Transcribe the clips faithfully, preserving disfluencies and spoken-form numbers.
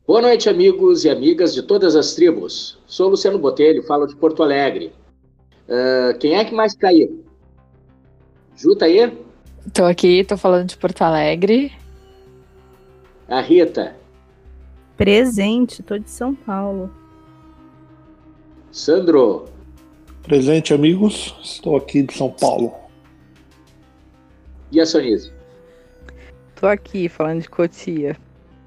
Boa noite, amigos e amigas de todas as tribos. Sou Luciano Botelho, falo de Porto Alegre. Uh, quem é que mais tá aí? Ju, tá aí? Tô aqui, tô falando de Porto Alegre. A Rita. Presente, tô de São Paulo. Sandro. Presente, amigos. Estou aqui de São Paulo. E a Sonise? Tô aqui, falando de Cotia.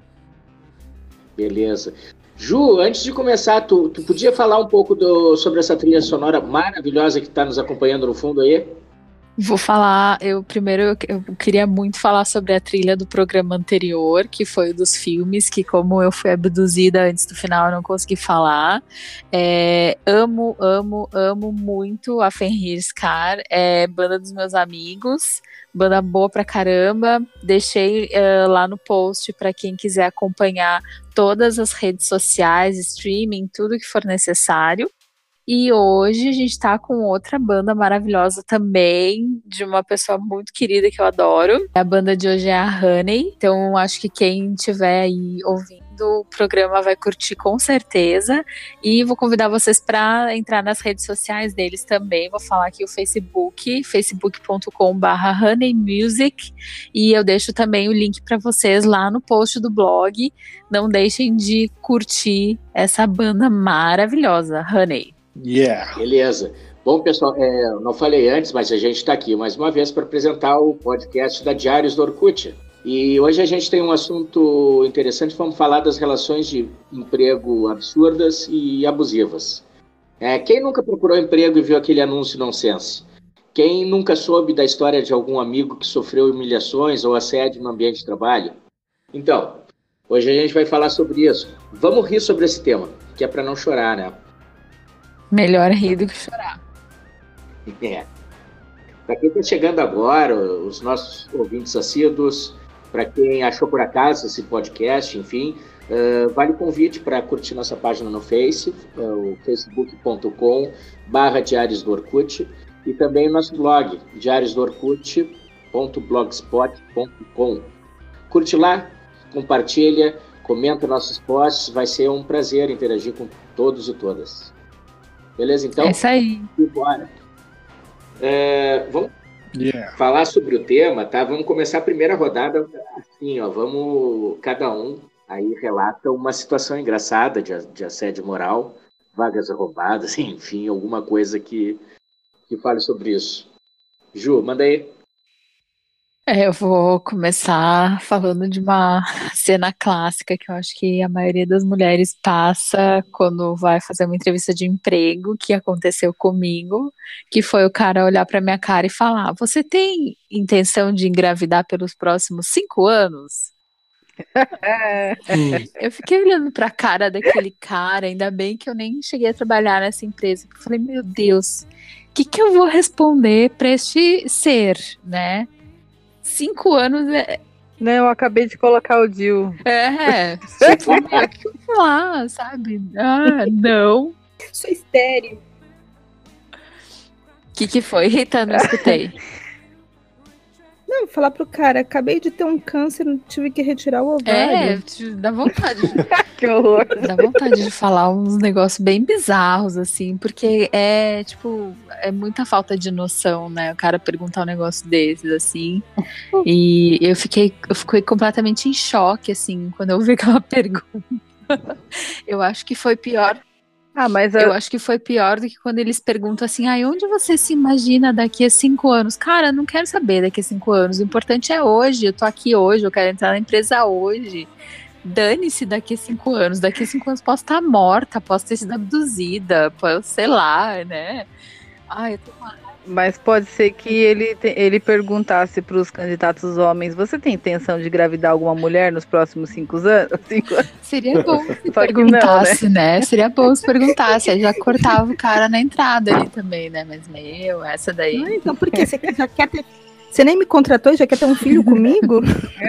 Beleza. Ju, antes de começar, tu, tu podia falar um pouco do, sobre essa trilha sonora maravilhosa que está nos acompanhando no fundo aí? Vou falar, eu primeiro eu, eu queria muito falar sobre a trilha do programa anterior, que foi o dos filmes, que como eu fui abduzida antes do final, eu não consegui falar. É, amo, amo, amo muito a Fenrir-Scar, é banda dos meus amigos, banda boa pra caramba. Deixei uh, lá no post para quem quiser acompanhar todas as redes sociais, streaming, tudo que for necessário. E hoje a gente tá com outra banda maravilhosa também, de uma pessoa muito querida que eu adoro. A banda de hoje é a Honey, então acho que quem estiver aí ouvindo o programa vai curtir com certeza. E vou convidar vocês para entrar nas redes sociais deles também. Vou falar aqui o Facebook, facebook ponto com barra honey music, e eu deixo também o link para vocês lá no post do blog. Não deixem de curtir essa banda maravilhosa, Honey. Yeah. Beleza. Bom, pessoal, é, eu não falei antes, mas a gente está aqui mais uma vez para apresentar o podcast da Diários do Orkut. E hoje a gente tem um assunto interessante, vamos falar das relações de emprego absurdas e abusivas. É, quem nunca procurou emprego e viu aquele anúncio nonsense? Quem nunca soube da história de algum amigo que sofreu humilhações ou assédio no ambiente de trabalho? Então, hoje a gente vai falar sobre isso. Vamos rir sobre esse tema, que é para não chorar, né? Melhor rir do que chorar. É. Para quem está chegando agora, os nossos ouvintes assíduos, para quem achou por acaso esse podcast, enfim, uh, vale o convite para curtir nossa página no Face, uh, o facebook ponto com barra Diários do Orkut, e também o nosso blog, diários do orkut ponto blogspot ponto com. Curte lá, compartilha, comenta nossos posts, vai ser um prazer interagir com todos e todas. Beleza, então? É isso aí. Bora. É, vamos Yeah. falar sobre o tema, tá? Vamos começar a primeira rodada assim, ó. Vamos, cada um aí relata uma situação engraçada de, de assédio moral, vagas roubadas, enfim, alguma coisa que, que fale sobre isso. Ju, manda aí. É, eu vou começar falando de uma cena clássica que eu acho que a maioria das mulheres passa quando vai fazer uma entrevista de emprego, que aconteceu comigo, que foi o cara olhar pra minha cara e falar: "Você tem intenção de engravidar pelos próximos cinco anos?" Hum. Eu fiquei olhando pra cara daquele cara, ainda bem que eu nem cheguei a trabalhar nessa empresa, porque eu falei: meu Deus, o que que eu vou responder pra este ser, né? Cinco anos é. Não, eu acabei de colocar o Dil. É, tipo, meu, o que eu vou falar, sabe? Ah, não. Sou estéreo. O que que foi, Rita? Não escutei. Não, falar pro cara, acabei de ter um câncer, tive que retirar o É, ovário. te dá vontade. Que horror. Dá vontade de falar uns negócios bem bizarros, assim, porque é, tipo, é muita falta de noção, né? O cara perguntar um negócio desses, assim. E eu fiquei, eu fiquei completamente em choque, assim, quando eu vi aquela pergunta. Eu acho que foi pior. Ah, mas a- Eu acho que foi pior do que quando eles perguntam assim: ai, onde você se imagina daqui a cinco anos? Cara, eu não quero saber daqui a cinco anos. O importante é hoje. Eu tô aqui hoje, eu quero entrar na empresa hoje. Dane-se daqui a cinco anos. Daqui a cinco anos posso estar morta, posso ter sido abduzida, posso, sei lá, né? Ai, eu tô com uma- mas pode ser que ele, te- ele perguntasse para os candidatos homens: você tem intenção de engravidar alguma mulher nos próximos cinco anos? Cinco anos? Seria bom se Só que não, perguntasse, né? Seria bom se perguntasse. Aí já cortava o cara na entrada ali também, né? Mas, meu, essa daí. Ah, então por que você já quer ter... Você nem me contratou e já quer ter um filho comigo?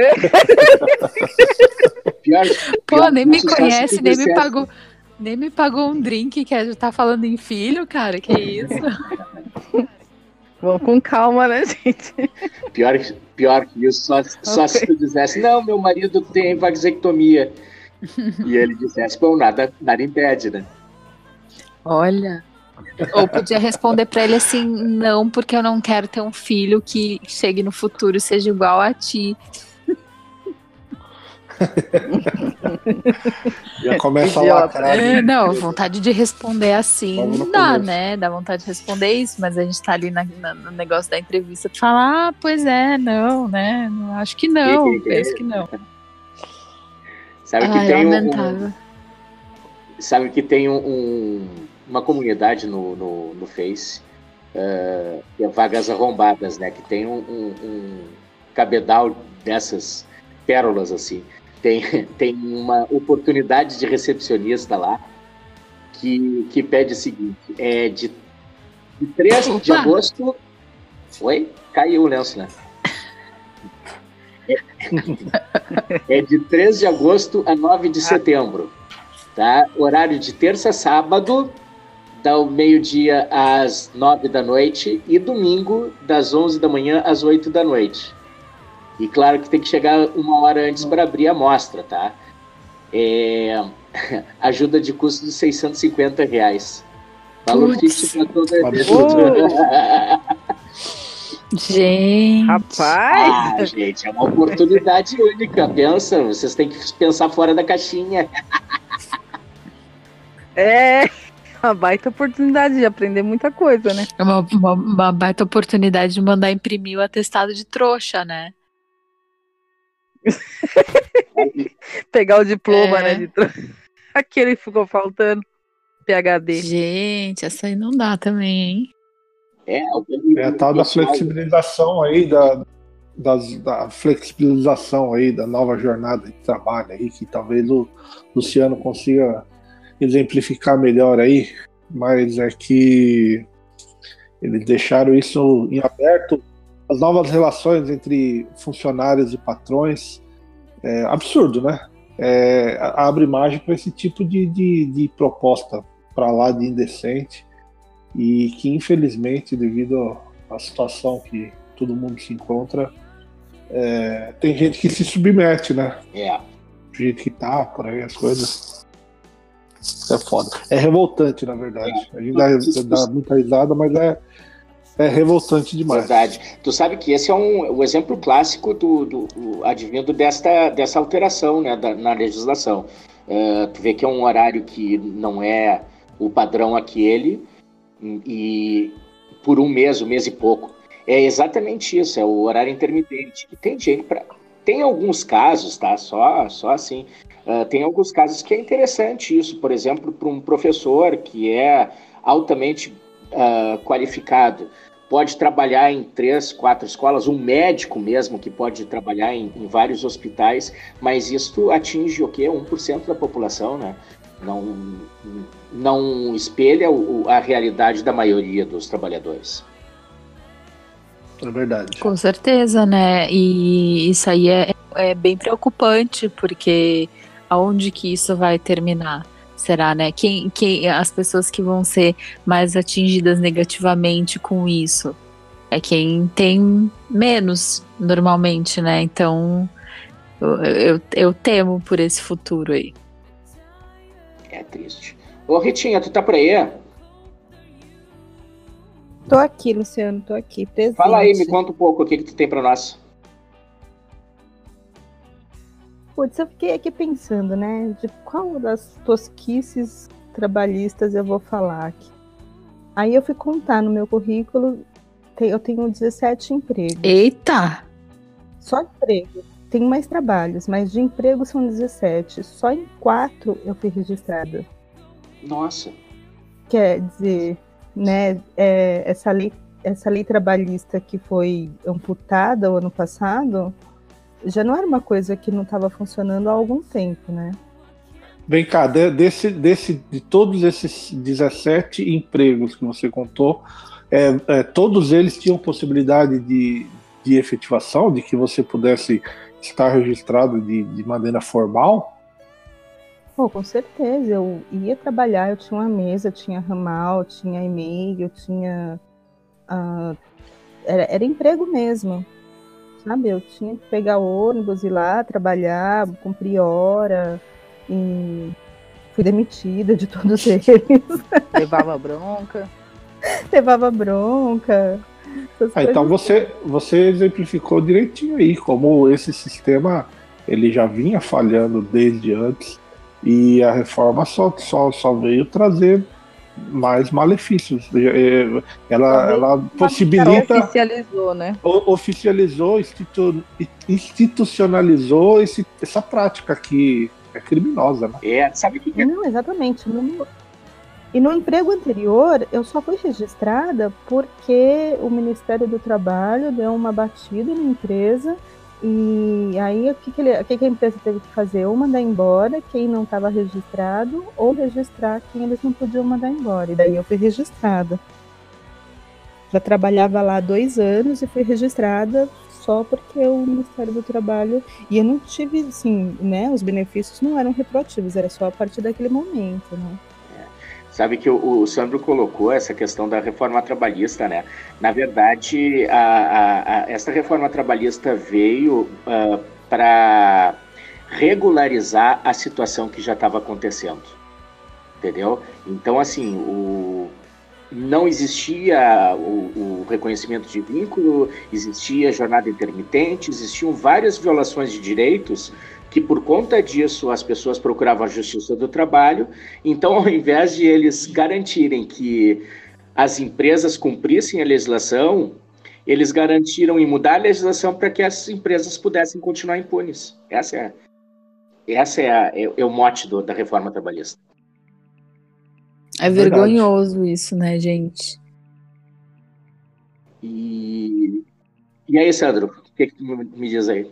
Pior, Pô, pior nem que me isso, só se conhece, tu nem me dissesse- pagou. Nem me pagou um drink, que já tá falando em filho, cara. Que isso? Vamos com calma, né, gente? Pior, pior que isso, só, só se tu dissesse, não, meu marido tem vasectomia. e ele dissesse, bom, nada, nada impede, né? Olha. Ou podia responder pra ele assim, não, porque eu não quero ter um filho que chegue no futuro e seja igual a ti. Já começa a Idiota. lacrar. É, não, vontade de responder assim Logo no não dá, começo. né? Dá vontade de responder isso, mas a gente tá ali na- na- no negócio da entrevista pra falar, ah, pois é, não, né? Não, acho que não, penso que não. Sabe que Ai, tem um, lamentável. sabe que tem um, um- uma comunidade no, no, no Face, uh, que é Vagas Arrombadas, né? Que tem um, um, um cabedal dessas pérolas, assim. Tem, tem uma oportunidade de recepcionista lá que, que pede o seguinte, é de, de três de Opa! agosto... Oi? Caiu o lenço, né? É de três de agosto a nove de setembro, tá? Horário de terça a sábado, do meio-dia às nove da noite e domingo, das onze da manhã às oito da noite. E claro que tem que chegar uma hora antes para abrir a amostra, tá? É... Ajuda de custo de seiscentos e cinquenta reais. Valor Putz. fixo para toda Absurdo. Gente. Rapaz! Ah, gente, é uma oportunidade única. Pensa, vocês têm que pensar fora da caixinha. É uma baita oportunidade de aprender muita coisa, né? É uma, uma, uma baita oportunidade de mandar imprimir o atestado de trouxa, né? Pegar o diploma, É. né? De... tro- Aquele que ficou faltando. P H D. Gente, essa aí não dá também, hein? É, o É a tal da flexibilização aí, da, das- da flexibilização aí, da nova jornada de trabalho aí, que talvez o Luciano consiga exemplificar melhor aí, mas é que eles deixaram isso em aberto, as novas relações entre funcionários e patrões, é absurdo, né? É, abre margem para esse tipo de, de, de proposta para lá de indecente, e que infelizmente, devido à situação que todo mundo se encontra, é, tem gente que se submete, né? É. Gente que tá por aí, as coisas. É foda. É revoltante, na verdade. A gente dá, dá muita risada, mas é, é revoltante demais. Verdade. Tu sabe que esse é um, o exemplo clássico do, do, do advindo desta, dessa alteração, né, da, na legislação. É, tu vê que é um horário que não é o padrão aquele, e por um mês, um mês e pouco. É exatamente isso, é o horário intermitente. E tem gente para... Tem alguns casos, tá? Só, só assim. Uh, tem alguns casos que é interessante isso. Por exemplo, para um professor que é altamente uh, qualificado, pode trabalhar em três, quatro escolas, um médico mesmo que pode trabalhar em, em vários hospitais, mas isso atinge o quê? um por cento da população, né? Não, não espelha o, a realidade da maioria dos trabalhadores. É verdade. Com certeza, né? E isso aí é, é bem preocupante, porque aonde que isso vai terminar? Será, né? Quem, quem, as pessoas que vão ser mais atingidas negativamente com isso é quem tem menos, normalmente, né? Então, eu, eu, eu temo por esse futuro aí. É triste. Ô, Ritinha, tu tá por aí? Tô aqui, Luciano, tô aqui, presente. Fala aí, me conta um pouco o que, que tu tem pra nós. Putz, eu fiquei aqui pensando, né, de qual das tosquices trabalhistas eu vou falar aqui. Aí eu fui contar no meu currículo, eu tenho dezessete empregos. Eita! Só emprego. Tenho mais trabalhos, mas de emprego são dezessete. Só em quatro eu fui registrada. Nossa. Quer dizer, né, é, essa lei, essa lei trabalhista que foi amputada o ano passado, já não era uma coisa que não estava funcionando há algum tempo, né? Vem cá, de, desse, desse, de todos esses dezessete empregos que você contou, é, é, todos eles tinham possibilidade de, de efetivação, de que você pudesse estar registrado de, de maneira formal? Pô, com certeza, eu ia trabalhar, eu tinha uma mesa, tinha ramal, tinha e-mail, tinha... Uh, era, era emprego mesmo, sabe? Eu tinha que pegar ônibus, ir lá, trabalhar, cumprir hora, e fui demitida de todos eles. Levava bronca. Levava bronca. Ah, então você, você exemplificou direitinho aí como esse sistema ele já vinha falhando desde antes e a reforma só, só, só veio trazer mais malefícios. Ela, ela possibilita. Ela oficializou, né? Oficializou, institu, institucionalizou esse, essa prática que é criminosa, né? É, sabe o que é? Não, exatamente. No, e no emprego anterior, eu só fui registrada porque o Ministério do Trabalho deu uma batida na empresa. E aí, o que, que, ele, o que, que a empresa teve que fazer? Ou mandar embora quem não estava registrado, ou registrar quem eles não podiam mandar embora. E daí eu fui registrada. Já trabalhava lá há dois anos e fui registrada só porque o Ministério do Trabalho... E eu não tive, assim, né? Os benefícios não eram retroativos, era só a partir daquele momento, né? Sabe que o, o Sandro colocou essa questão da reforma trabalhista, né? Na verdade, a, a, a, essa reforma trabalhista veio uh, para regularizar a situação que já estava acontecendo, entendeu? Então, assim, o, não existia o, o reconhecimento de vínculo, existia jornada intermitente, existiam várias violações de direitos que por conta disso as pessoas procuravam a Justiça do Trabalho. Então, ao invés de eles garantirem que as empresas cumprissem a legislação, eles garantiram em mudar a legislação para que as empresas pudessem continuar impunes. Essa é, essa é, a, é, é o mote do, da reforma trabalhista. É vergonhoso isso, né, gente? E, e aí, Sandro, o que, que me diz aí?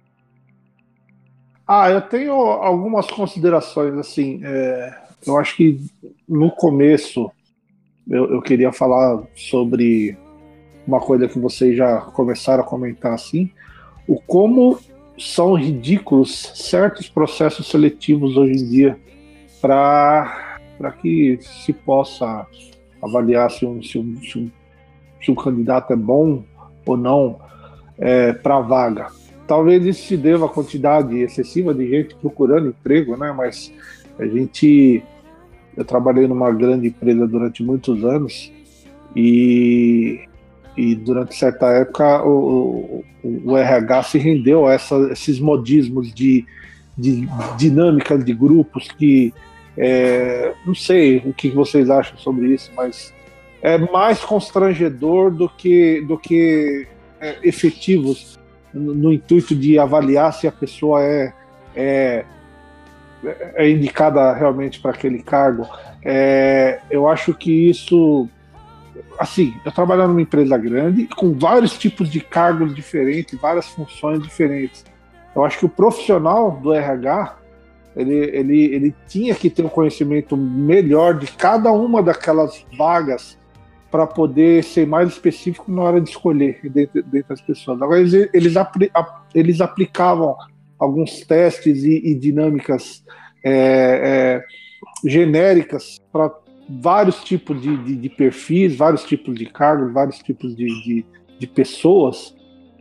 Ah, eu tenho algumas considerações, assim, é, eu acho que no começo eu, eu queria falar sobre uma coisa que vocês já começaram a comentar, assim, o como são ridículos certos processos seletivos hoje em dia para para que se possa avaliar se um, se um, se um, se um candidato é bom ou não é, para a vaga. Talvez isso se deva à quantidade excessiva de gente procurando emprego, né? Mas a gente... Eu trabalhei numa grande empresa durante muitos anos e, e durante certa época o, o, o R H se rendeu a essa, esses modismos de, de dinâmica de grupos que... É, não sei o que vocês acham sobre isso, mas é mais constrangedor do que, do que é, efetivos no, no intuito de avaliar se a pessoa é, é, é indicada realmente para aquele cargo. É, eu acho que isso... Assim, eu trabalho numa empresa grande com vários tipos de cargos diferentes, várias funções diferentes. Eu acho que o profissional do R H... Ele, ele, ele tinha que ter um conhecimento melhor de cada uma daquelas vagas para poder ser mais específico na hora de escolher dentre, dentre as pessoas. Agora, eles, eles, apli, eles aplicavam alguns testes e, e dinâmicas é, é, genéricas para vários tipos de, de, de perfis, vários tipos de cargos, vários tipos de, de, de pessoas,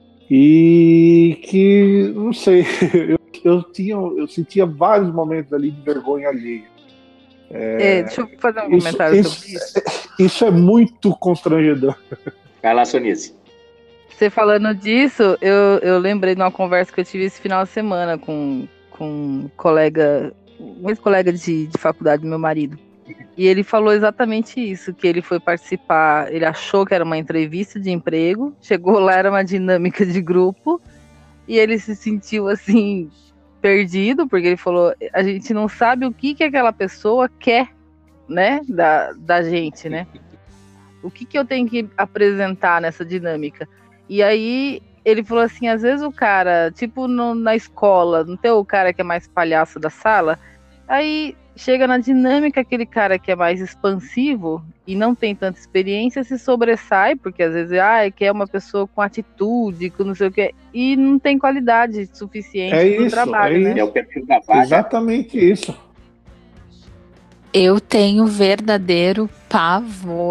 e que, não sei, eu Eu, tinha, eu sentia vários momentos ali de vergonha alheia. É, deixa eu fazer um isso, comentário isso, sobre isso. Isso é muito constrangedor. Vai lá, Sonice. Você falando disso, eu, eu lembrei de uma conversa que eu tive esse final de semana com, com um colega, um ex-colega de, de faculdade do meu marido. E ele falou exatamente isso, que ele foi participar, ele achou que era uma entrevista de emprego, chegou lá, era uma dinâmica de grupo, e ele se sentiu assim, perdido, porque ele falou, a gente não sabe o que, que aquela pessoa quer, né, da, da gente, né? O que, que eu tenho que apresentar nessa dinâmica? E aí ele falou assim, às vezes o cara, tipo no, na escola, não tem o cara que é mais palhaço da sala? Aí chega na dinâmica, aquele cara que é mais expansivo e não tem tanta experiência se sobressai, porque às vezes ah, que é uma pessoa com atitude, com não sei o que, e não tem qualidade suficiente é no isso, trabalho, é né? Isso. É o perfil da vaga. Exatamente isso. Eu tenho verdadeiro pavor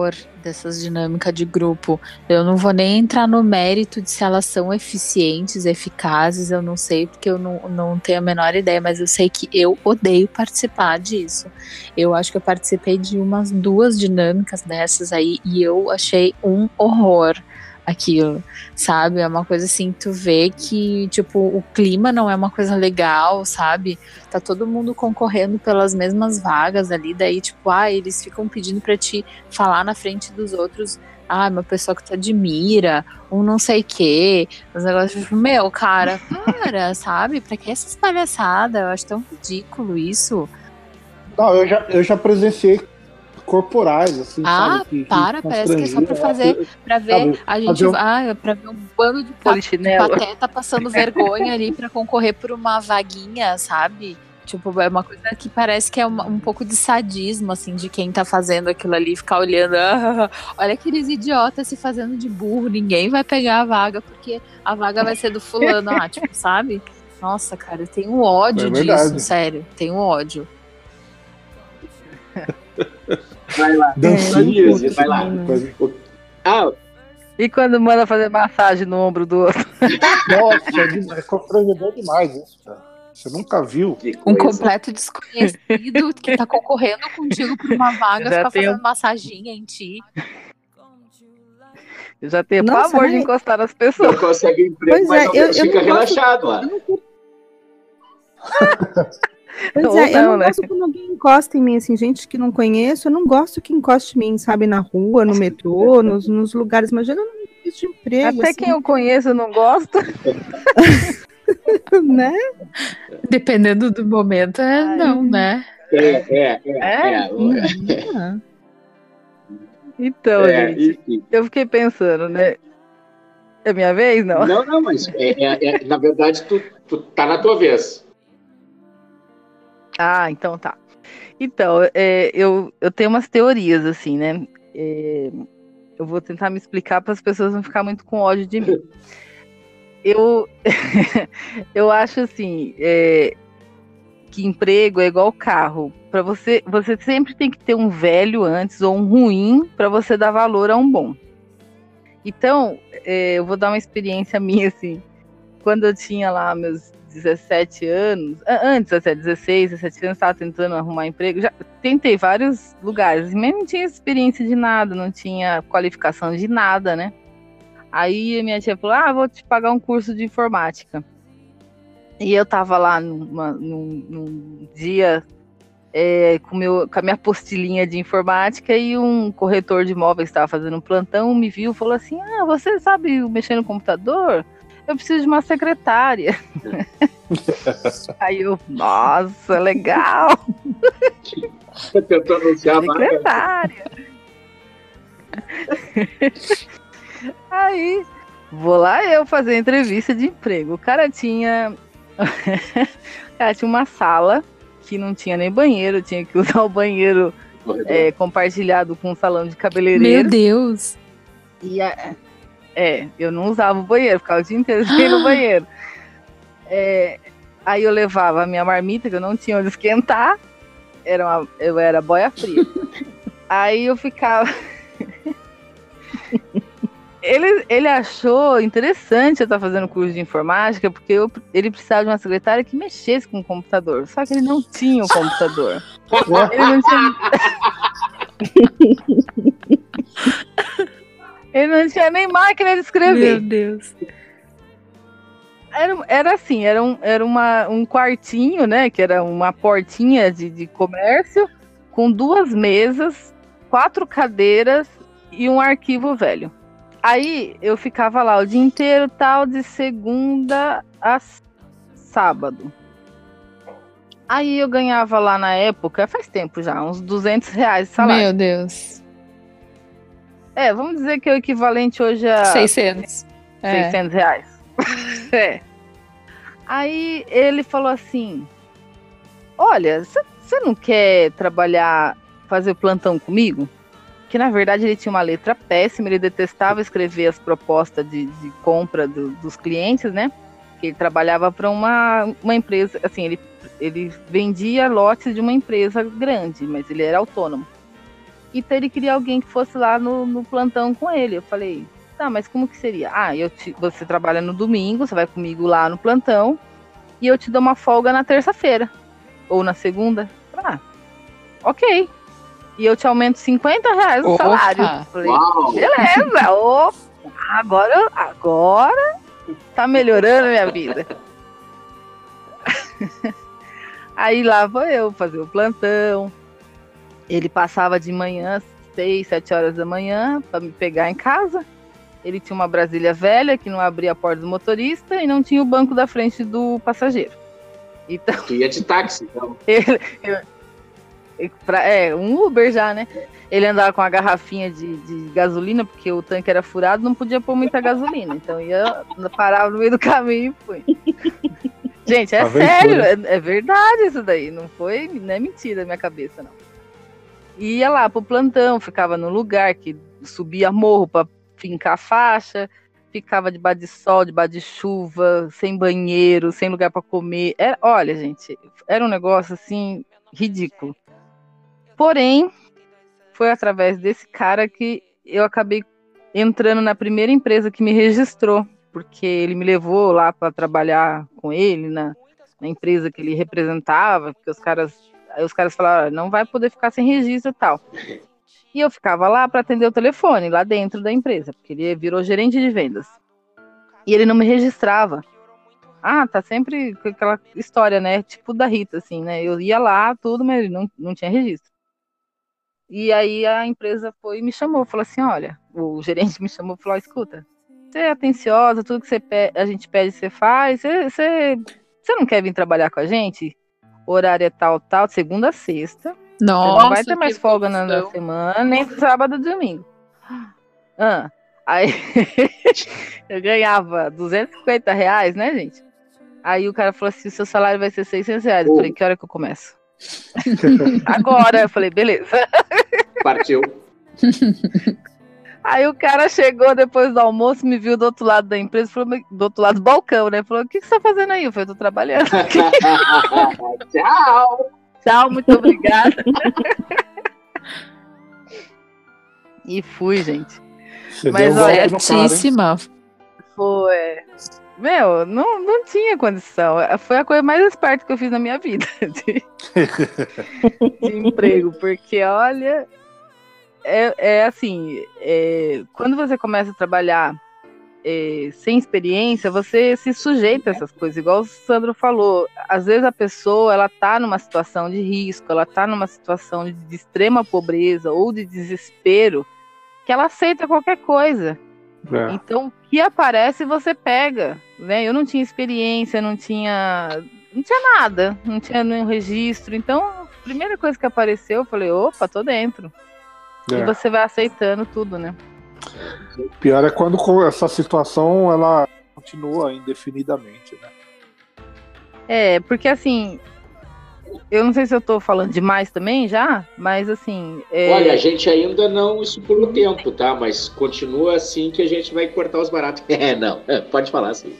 dessas dinâmicas de grupo. Eu não vou nem entrar no mérito de se elas são eficientes, eficazes, eu não sei, porque eu não, não tenho a menor ideia, mas eu sei que eu odeio participar disso. Eu acho que eu participei de umas duas dinâmicas dessas aí e eu achei um horror aquilo, sabe? É uma coisa assim, tu vê que, tipo, o clima não é uma coisa legal, sabe? Tá todo mundo concorrendo pelas mesmas vagas ali, daí, tipo, ah, eles ficam pedindo pra te falar na frente dos outros, ah, uma pessoa que tu admira, um não sei o quê, os negócios, tipo, meu, cara, para, sabe? Pra que essas palhaçadas? Eu acho tão ridículo isso. Não, eu já, eu já presenciei corporais, assim, ah, sabe? Que, para, que parece que é só pra fazer, pra ver, sabe, a gente um... vai, pra ver um bando de, pa de pateta passando vergonha ali pra concorrer por uma vaguinha, sabe? Tipo, é uma coisa que parece que é uma, um pouco de sadismo, assim, de quem tá fazendo aquilo ali, ficar olhando, ah, olha aqueles idiotas se fazendo de burro, ninguém vai pegar a vaga, porque a vaga vai ser do fulano, ah, tipo, sabe? Nossa, cara, eu tenho ódio é disso, sério, tenho ódio. Vai lá. Dancinha, vai lá. Ah. E quando manda fazer massagem no ombro do outro? Nossa, é constrangedor demais isso, cara. Você nunca viu? Um completo desconhecido que tá concorrendo contigo por uma vaga, ficar tenho... fazendo massaginha em ti. Eu já tenho Nossa, pavor né? de encostar nas pessoas. Não consegue emprego, pois mas é, eu, fica eu relaxado lá. Pois Ou é, não, eu não né? gosto quando alguém encosta em mim, assim, gente que não conheço, eu não gosto que encoste em mim, sabe, na rua, no metrô, nos, nos lugares, mas eu não preciso de emprego. Até assim. Quem eu conheço eu não gosto. Né? Dependendo do momento, é Ai. não, né? É, é, é. é, é. é. Então, é, gente, e, eu fiquei pensando, né? É minha vez, não? Não, não, mas é, é, é, na verdade tu, tu tá na tua vez. Ah, então tá. Então, é, eu, eu tenho umas teorias, assim, né? É, eu vou tentar me explicar para as pessoas não ficarem muito com ódio de mim. Eu, eu acho, assim, é, que emprego é igual carro. Para você, você sempre tem que ter um velho antes ou um ruim para você dar valor a um bom. Então, é, eu vou dar uma experiência minha, assim. Quando eu tinha lá meus dezessete anos, antes até dezesseis, dezessete anos, estava tentando arrumar emprego, já tentei vários lugares, mas não tinha experiência de nada, não tinha qualificação de nada, né? Aí a minha tia falou, ah, vou te pagar um curso de informática. E eu tava lá numa, num, num dia é, com, meu, com a minha apostilinha de informática e um corretor de imóveis estava fazendo um plantão, me viu e falou assim, ah, você sabe mexer no computador? Eu preciso de uma secretária. Aí eu, nossa, legal. Tentou anunciar a secretária. Aí, vou lá eu fazer a entrevista de emprego. O cara tinha, o cara tinha uma sala que não tinha nem banheiro, tinha que usar o banheiro é, compartilhado com um salão de cabeleireiro. Meu Deus! E a... É, eu não usava o banheiro, ficava o dia inteiro no banheiro. É, aí eu levava a minha marmita, que eu não tinha onde esquentar, era uma, eu era boia fria. Aí eu ficava... ele, ele achou interessante eu estar fazendo curso de informática, porque eu, ele precisava de uma secretária que mexesse com o computador, só que ele não tinha o computador. Ele não tinha... Ele não tinha nem máquina de escrever. Meu Deus. Era, era assim, era, um, era uma, um quartinho, né? Que era uma portinha de, de comércio, com duas mesas, quatro cadeiras e um arquivo velho. Aí eu ficava lá o dia inteiro, tal, de segunda a sábado. Aí eu ganhava lá na época, faz tempo já, uns duzentos reais de salário. Meu Deus. É, vamos dizer que é o equivalente hoje a... seiscentos. seiscentos é. reais. É. Aí ele falou assim, olha, você não quer trabalhar, fazer plantão comigo? Que na verdade ele tinha uma letra péssima, ele detestava escrever as propostas de, de compra do, dos clientes, né? Que ele trabalhava para uma, uma empresa, assim, ele, ele vendia lotes de uma empresa grande, mas ele era autônomo. então ele queria alguém que fosse lá no, no plantão com ele. Eu falei, tá, mas como que seria? Ah, eu te, você trabalha no domingo, você vai comigo lá no plantão, e eu te dou uma folga na terça-feira, ou na segunda. Ah, ok. E eu te aumento cinquenta reais o salário. Eu falei, uau. Beleza, opa, agora, agora tá melhorando a minha vida. Aí lá vou eu fazer o plantão. Ele passava de manhã, seis, sete horas da manhã, para me pegar em casa. Ele tinha uma Brasília velha que não abria a porta do motorista e não tinha o banco da frente do passageiro. Então, tu ia de táxi, então. Ele, eu, pra, é, um Uber já, né? Ele andava com a garrafinha de, de gasolina, porque o tanque era furado, não podia pôr muita gasolina. Então ia, parava no meio do caminho e fui. Gente, é sério, é, é verdade isso daí. Não foi, não é mentira da minha cabeça, não. Ia lá pro plantão, ficava no lugar que subia morro pra fincar a faixa, ficava debaixo de sol, debaixo de chuva, sem banheiro, sem lugar pra comer. Era, olha, gente, era um negócio assim, ridículo. Porém, foi através desse cara que eu acabei entrando na primeira empresa que me registrou, porque ele me levou lá para trabalhar com ele na, na empresa que ele representava, porque os caras, aí os caras falaram, não vai poder ficar sem registro e tal. E eu ficava lá para atender o telefone, lá dentro da empresa, porque ele virou gerente de vendas. E ele não me registrava. Ah, tá sempre com aquela história, né, tipo da Rita, assim, né, eu ia lá, tudo, mas ele não, não tinha registro. E aí a empresa foi e me chamou, falou assim, olha, o gerente me chamou e falou, escuta, você é atenciosa, tudo que você pede, a gente pede, você faz, você, você, você não quer vir trabalhar com a gente? O horário é tal, tal, segunda a sexta. Nossa, você não vai ter mais folga na, na semana, nem sábado e domingo. Ah, aí eu ganhava duzentos e cinquenta reais, né, gente? Aí o cara falou assim, o seu salário vai ser seiscentos reais. Eu falei, que hora que eu começo? Agora, eu falei, beleza. Partiu. Aí o cara chegou depois do almoço, me viu do outro lado da empresa, falou, do outro lado do balcão, né? Falou, o que, que você tá fazendo aí? Eu falei, tô trabalhando. Tchau. Tchau, muito obrigada. E fui, gente. Você Mas deu olha, certíssima. Foi. Meu, não, não tinha condição. Foi a coisa mais esperta que eu fiz na minha vida de, de emprego, porque olha, é, é assim, é, quando você começa a trabalhar é, sem experiência, você se sujeita a essas coisas, igual o Sandro falou. Às vezes a pessoa, ela tá numa situação de risco, ela tá numa situação de, de extrema pobreza ou de desespero, que ela aceita qualquer coisa. É. Então, o que aparece, você pega, né? Eu não tinha experiência, não tinha, não tinha nada, não tinha nenhum registro. Então, a primeira coisa que apareceu, eu falei, opa, tô dentro. É. E você vai aceitando tudo, né? Pior é quando essa situação, ela continua indefinidamente, né? É, porque assim, eu não sei se eu tô falando demais também já, mas assim... É... Olha, a gente ainda não estipulou o tempo, tá? Mas continua assim que a gente vai cortar os baratos. É, não, pode falar assim.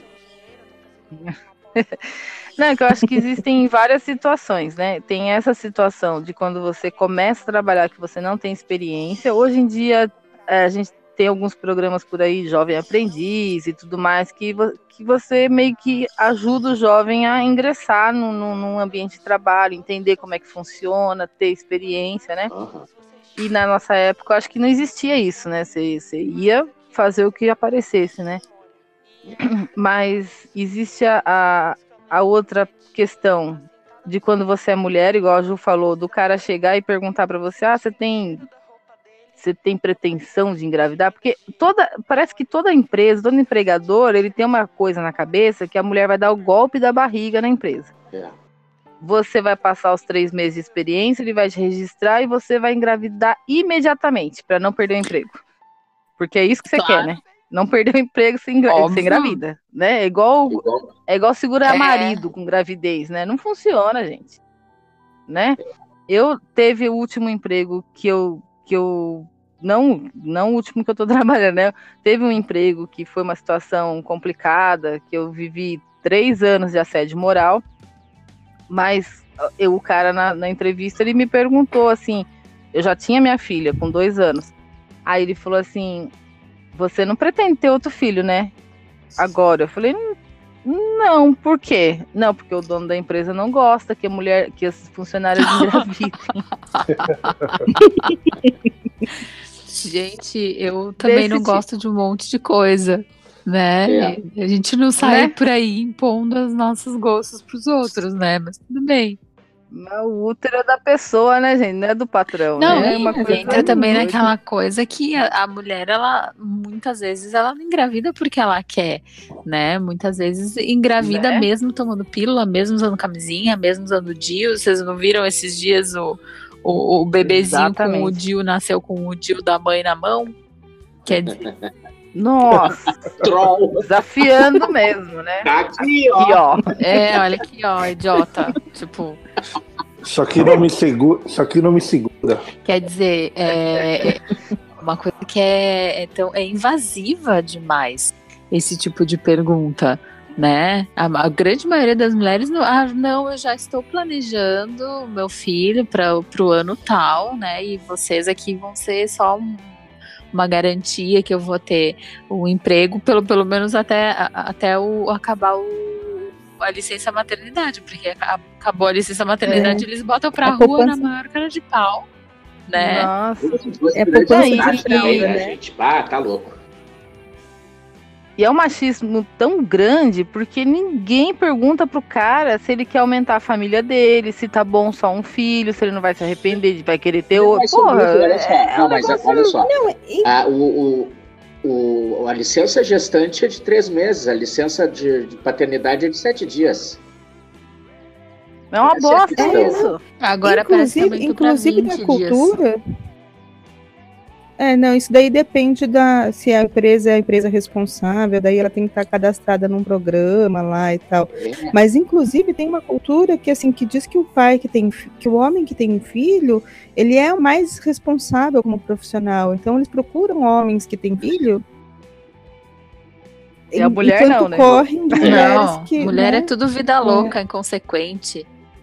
Não, que eu acho que existem várias situações, né? Tem essa situação de quando você começa a trabalhar que você não tem experiência. Hoje em dia, a gente tem alguns programas por aí, Jovem Aprendiz e tudo mais, que, que você meio que ajuda o jovem a ingressar no, no, num ambiente de trabalho, entender como é que funciona, ter experiência, né? Uhum. E na nossa época, eu acho que não existia isso, né? Você, você ia fazer o que aparecesse, né? Mas existe a, a, a outra questão de quando você é mulher, igual a Ju falou, do cara chegar e perguntar para você, ah, você tem... você tem pretensão de engravidar? Porque toda, parece que toda empresa, todo empregador, ele tem uma coisa na cabeça que a mulher vai dar o golpe da barriga na empresa. É. Você vai passar os três meses de experiência, ele vai te registrar e você vai engravidar imediatamente, para não perder o emprego. Porque é isso que você claro. quer, né? Não perder o emprego sem, sem engravida, né? É igual, é igual segurar é. marido com gravidez, né? Não funciona, gente. Né? Eu teve o último emprego que eu que eu, não, não o último que eu tô trabalhando, né, teve um emprego que foi uma situação complicada, que eu vivi três anos de assédio moral, mas eu, o cara na, na entrevista, ele me perguntou assim, Eu já tinha minha filha com dois anos. Aí ele falou assim, você não pretende ter outro filho, né? Agora. Eu falei, não, por quê? Não, porque o dono da empresa não gosta que a mulher, que as funcionárias engravidem. Gente, eu também Desse não tipo. gosto de um monte de coisa, né? É. A gente não sai Né? por aí impondo os nossos gostos pros outros, né? Mas tudo bem. Mas o útero é da pessoa, né, gente? Não é do patrão, Não, né? É e uma coisa entra também muito- naquela coisa que a, a mulher, ela, muitas vezes, ela não engravida porque ela quer, né? Muitas vezes engravida Né? mesmo tomando pílula, mesmo usando camisinha, mesmo usando D I U. Vocês não viram esses dias o, o, o bebezinho Exatamente. com o D I U, nasceu com o D I U da mãe na mão? Quer dizer, Nossa, Troll. desafiando mesmo, né? Tá aqui, ó. Aqui, ó. é, olha aqui, ó, idiota. Tipo, Isso aqui não me segura. Isso aqui não me segura. quer dizer, é é uma coisa que é, é, tão, é invasiva demais, esse tipo de pergunta, né? A, a grande maioria das mulheres, não, ah, não, eu já estou planejando o meu filho para o ano tal, né? E vocês aqui vão ser só um, uma garantia que eu vou ter um emprego, pelo, pelo menos até, a- até o, acabar o, a licença maternidade, porque a- acabou a licença maternidade, eles botam pra A rua poupança- na maior cara de pau, né? Nossa. É Grande poupança cidade de também, fralda, né, né? gente? Ah, tá louco. E é um machismo tão grande porque ninguém pergunta pro cara se ele quer aumentar a família dele, se tá bom só um filho, se ele não vai se arrepender, de vai querer ter Não, outro. mas, Silvio, Porra, olha só. é Não, um mas negócio- olha só. E- Ah, o, o, o- a licença gestante é de três meses, a licença de, de paternidade é de sete dias. é uma essa é a bosta questão. isso. Agora parece que inclusive, aumentou pra inclusive vinte da dias. cultura. É, não, isso daí depende da se a empresa é a empresa responsável, daí ela tem que estar cadastrada num programa lá e tal. É, Mas inclusive tem uma cultura que assim que diz que o pai que tem fi- que o homem que tem um filho, ele é o mais responsável como profissional. Então eles procuram homens que têm filho. E a en- mulher enquanto não, né? correm de mulheres Não, que, mulher né? é tudo vida louca, inconsequente.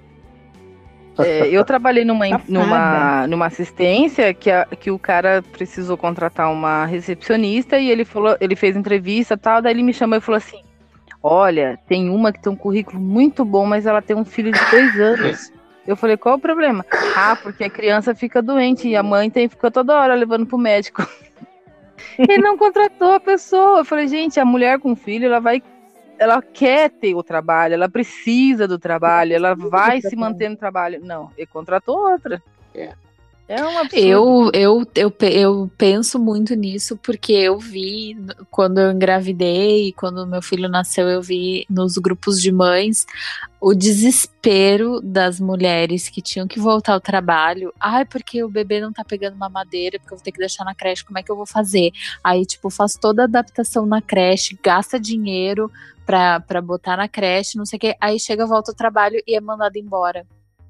É, eu trabalhei numa, Safada. numa, numa assistência que, a- que o cara precisou contratar uma recepcionista e ele falou, ele fez entrevista e tal, daí ele me chamou e falou assim: olha, tem uma que tem um currículo muito bom, mas ela tem um filho de dois anos. Eu falei, qual o problema? Ah, porque a criança fica doente e a mãe tem, fica toda hora levando pro médico. Ele não contratou a pessoa. Eu falei, gente, a mulher com filho, ela vai. Ela quer ter o trabalho, ela precisa do trabalho, ela vai se manter no trabalho. Não, ele contratou outra. É. É um absurdo. Eu, eu, eu, pe- eu penso muito nisso porque eu vi n- quando eu engravidei, quando meu filho nasceu, eu vi nos grupos de mães o desespero das mulheres que tinham que voltar ao trabalho. Ai, porque o bebê não tá pegando mamadeira, porque eu vou ter que deixar na creche, como é que eu vou fazer? Aí, tipo, faz toda a adaptação na creche, gasta dinheiro pra, pra botar na creche, não sei o quê. Aí chega, volta ao trabalho e é mandado embora.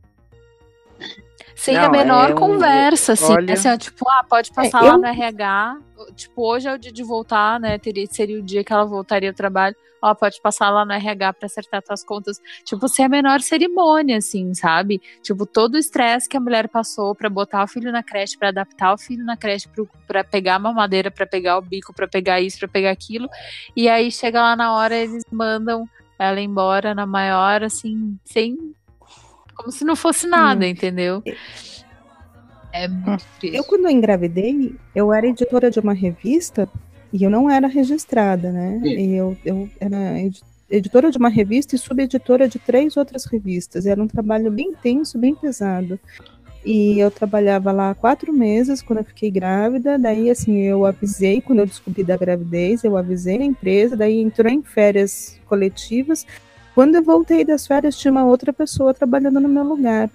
Sem a Não, menor é um- conversa, assim, olha- assim, ó, tipo, ah, pode passar É, lá eu- no R H, tipo, hoje é o dia de voltar, né, teria, seria o dia que ela voltaria ao trabalho, ó, pode passar lá no R H pra acertar tuas contas, tipo, sem a menor cerimônia, assim, sabe, tipo, todo o estresse que a mulher passou pra botar o filho na creche, pra adaptar o filho na creche, pro, pra pegar a mamadeira, pra pegar o bico, pra pegar isso, pra pegar aquilo, e aí chega lá na hora, eles mandam ela embora na maior, assim, sem... como se não fosse nada, Hum. entendeu? É muito triste. Eu, quando eu engravidei, eu era editora de uma revista e eu não era registrada, né? Sim. E eu, eu era edi- editora de uma revista e subeditora de três outras revistas. Era um trabalho bem intenso, bem pesado. E eu trabalhava lá há quatro meses quando eu fiquei grávida. Daí, assim, eu avisei, quando eu descobri da gravidez, eu avisei na empresa, daí entrou em férias coletivas. Quando eu voltei das férias, tinha uma outra pessoa trabalhando no meu lugar.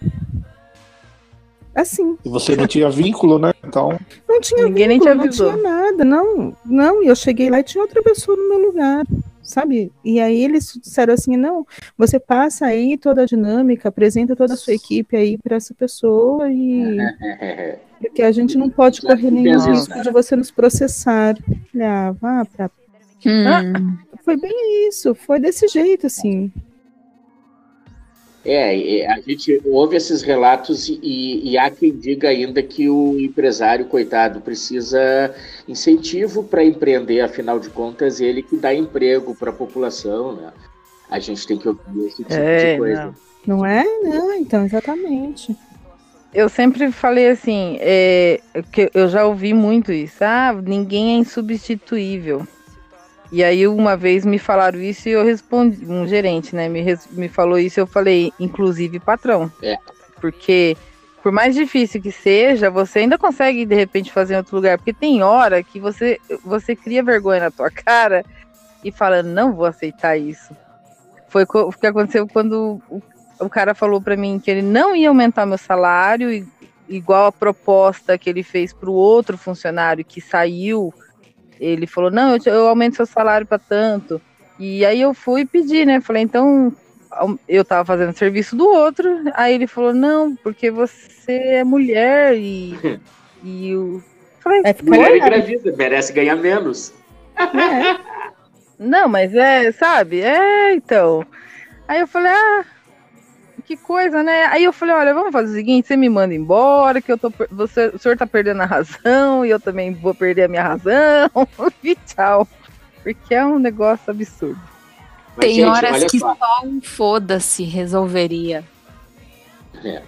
Assim, E você não tinha vínculo, né? Então, não tinha Ninguém nem te vínculo, não avisou. tinha nada, não, não, e eu cheguei lá e tinha outra pessoa no meu lugar, sabe? E aí eles disseram assim, não, você passa aí toda a dinâmica, apresenta toda a sua equipe aí para essa pessoa e é, porque a gente não pode Já correr nenhum fez isso, risco né? de você nos processar. Falei, ah, vá pra... Hum. Foi bem isso, foi desse jeito, assim. É, a gente ouve esses relatos e, e há quem diga ainda que o empresário, coitado, precisa incentivo para empreender, afinal de contas, ele que dá emprego para a população, né? A gente tem que ouvir esse tipo É, de coisa. não. Não é? Não, então, exatamente. Eu sempre falei assim, é, que eu já ouvi muito isso. Ah, ninguém é insubstituível. E aí uma vez me falaram isso e eu respondi, um gerente, né, me, res, me falou isso e eu falei, inclusive patrão. É. Porque por mais difícil que seja, você ainda consegue de repente fazer em outro lugar. Porque tem hora que você, você cria vergonha na tua cara e fala, não vou aceitar isso. Foi o que aconteceu quando o, o cara falou para mim que ele não ia aumentar meu salário, igual a proposta que ele fez para o outro funcionário que saiu. Ele falou, não, eu, eu aumento seu salário para tanto. E aí eu fui pedir, né? Falei, então, eu tava fazendo serviço do outro. Aí ele falou, não, porque você é mulher e... e eu falei, É mulher engravida, merece ganhar menos. É. Não, mas é, sabe? É, então. Aí eu falei, ah, que coisa, né? Aí eu falei, olha, vamos fazer o seguinte, você me manda embora, que eu tô, você, o senhor tá perdendo a razão, e eu também vou perder a minha razão, e tchau. Porque é um negócio absurdo. Mas, tem gente, horas que só. só um foda-se resolveria. É.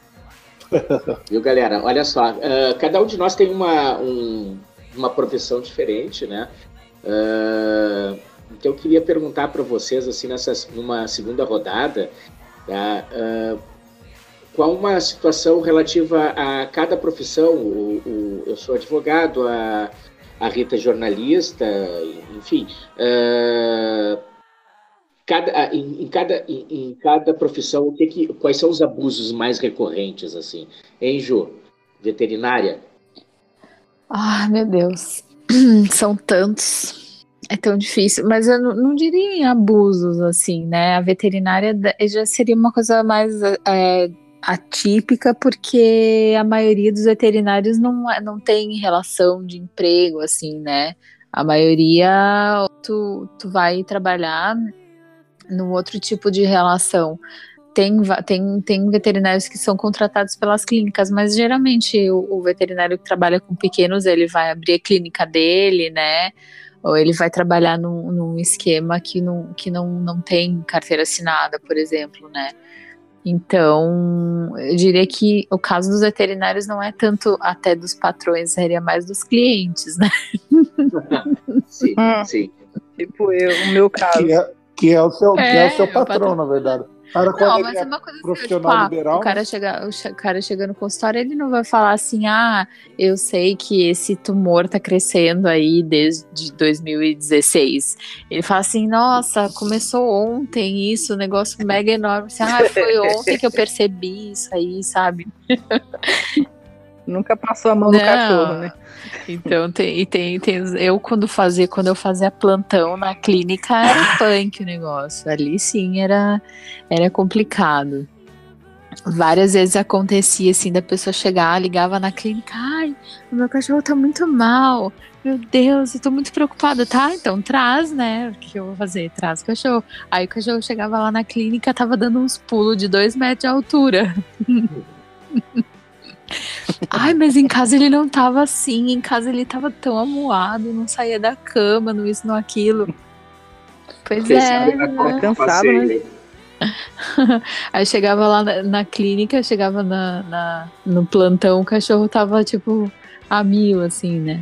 Viu, galera? Olha só, uh, cada um de nós tem uma, um, uma profissão diferente, né? Uh, então eu queria perguntar para vocês, assim, nessa, numa segunda rodada, tá? Uh, qual uma situação relativa a cada profissão? O, o, eu sou advogado, a, a Rita é jornalista, enfim. Uh, cada, em, em, cada, em, em cada profissão, o que que, quais são os abusos mais recorrentes, assim? Hein, Ju? Veterinária? Ah, meu Deus. São tantos. É tão difícil, mas eu não, não diria em abusos, assim, né? A veterinária já seria uma coisa mais é, atípica, porque a maioria dos veterinários não, não tem relação de emprego, assim, né? A maioria, tu, tu vai trabalhar num outro tipo de relação. Tem, tem, tem veterinários que são contratados pelas clínicas, mas geralmente o, o veterinário que trabalha com pequenos, ele vai abrir a clínica dele, né? Ou ele vai trabalhar num, num esquema que, não, que não, não tem carteira assinada, por exemplo, né? Então, eu diria que o caso dos veterinários não é tanto até dos patrões, seria mais dos clientes, né? Sim, sim. Tipo eu, o meu caso. Que é, que é, o, seu, é, que é o seu patrão, patrão, na verdade. Cara, não, mas é uma coisa profissional assim, tipo, liberal, ah, o cara chega, o cara chega no consultório, ele não vai falar assim, ah, eu sei que esse tumor tá crescendo aí desde dois mil e dezesseis. Ele fala assim, nossa, começou ontem isso, um negócio mega enorme. Assim, ah, foi ontem que eu percebi isso aí, sabe? Nunca passou a mão no não. cachorro, né? Então tem, tem, tem eu quando fazia quando eu fazia plantão na clínica era punk o negócio, ali sim era era complicado. Várias vezes acontecia assim da pessoa chegar, ligava na clínica, ai, o meu cachorro tá muito mal, meu Deus, eu tô muito preocupada, tá? Então traz, né? O que eu vou fazer? Traz o cachorro. Aí o cachorro chegava lá na clínica, tava dando uns pulos de dois metros de altura. Ai, mas em casa ele não tava assim, em casa ele tava tão amuado, não saía da cama, não isso, não aquilo. Pois Quem é, né? Cansado, né? Aí chegava lá na, na clínica, chegava na, na, no plantão, o cachorro tava tipo a mil, assim, né?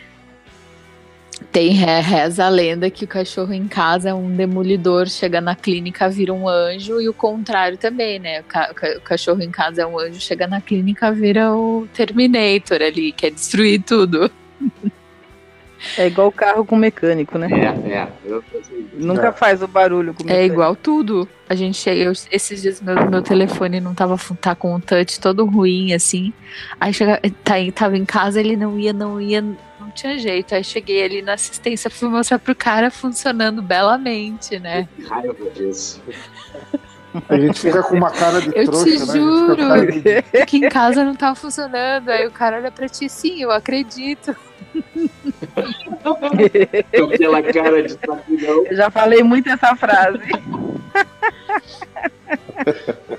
Tem reza a lenda que o cachorro em casa é um demolidor, chega na clínica, vira um anjo, e o contrário também, né? O, ca- o cachorro em casa é um anjo, chega na clínica, vira o Terminator ali, quer destruir tudo. É igual o carro com mecânico, né? É, é. Eu, eu Nunca é. faz o barulho com mecânico. É igual tudo. A gente chega, eu, esses dias meu, meu telefone não tava tá com o touch todo ruim, assim. Aí chega, tá, tava em casa, ele não ia, não ia, não tinha jeito. Aí cheguei ali na assistência, fui mostrar pro cara funcionando belamente, né? Que raiva disso. A gente fica com uma cara de Eu trouxa, te né? juro. A gente fica com cara de- Que em casa não tava funcionando. Aí o cara olha pra ti, sim, eu acredito. Com aquela cara de sapidão. Eu já falei muito essa frase.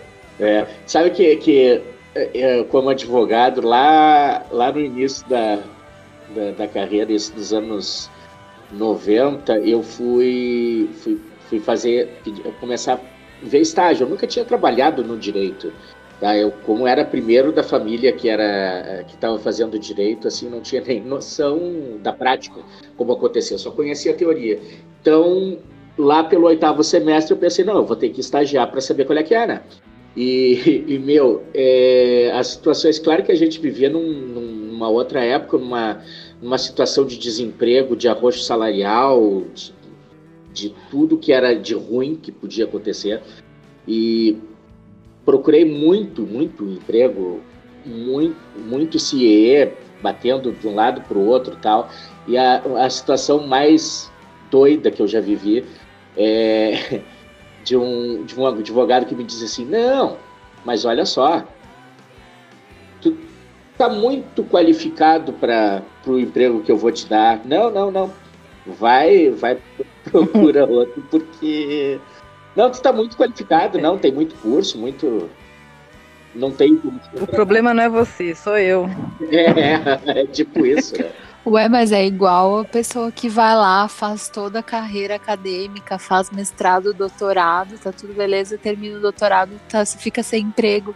É, sabe que, que é, como advogado, lá, lá no início da, da, da carreira, isso dos anos noventa, eu fui, fui, fui fazer, começar a ver estágio. Eu nunca tinha trabalhado no direito. Tá? Eu, como era primeiro da família que era que estava fazendo direito, assim, não tinha nem noção da prática, como acontecia, só conhecia a teoria. Então, lá pelo oitavo semestre, eu pensei, não, eu vou ter que estagiar para saber qual é que era. E, e meu, é, as situações, claro que a gente vivia num, numa outra época, numa, numa situação de desemprego, de arroxo salarial, de, de tudo que era de ruim que podia acontecer. E procurei muito, muito emprego, muito, muito C E E, batendo de um lado para o outro e tal. E a, a situação mais doida que eu já vivi é de um, de um advogado que me diz assim, não, mas olha só, tu tá muito qualificado para o emprego que eu vou te dar. Não, não, não, vai, vai procura outro, porque... Não, tu tá muito qualificado, não, tem muito curso, muito... Não tem... O problema não é você, sou eu. É, é tipo isso, né? Ué, mas é igual a pessoa que vai lá, faz toda a carreira acadêmica, faz mestrado, doutorado, tá tudo beleza, termina o doutorado, tá, fica sem emprego.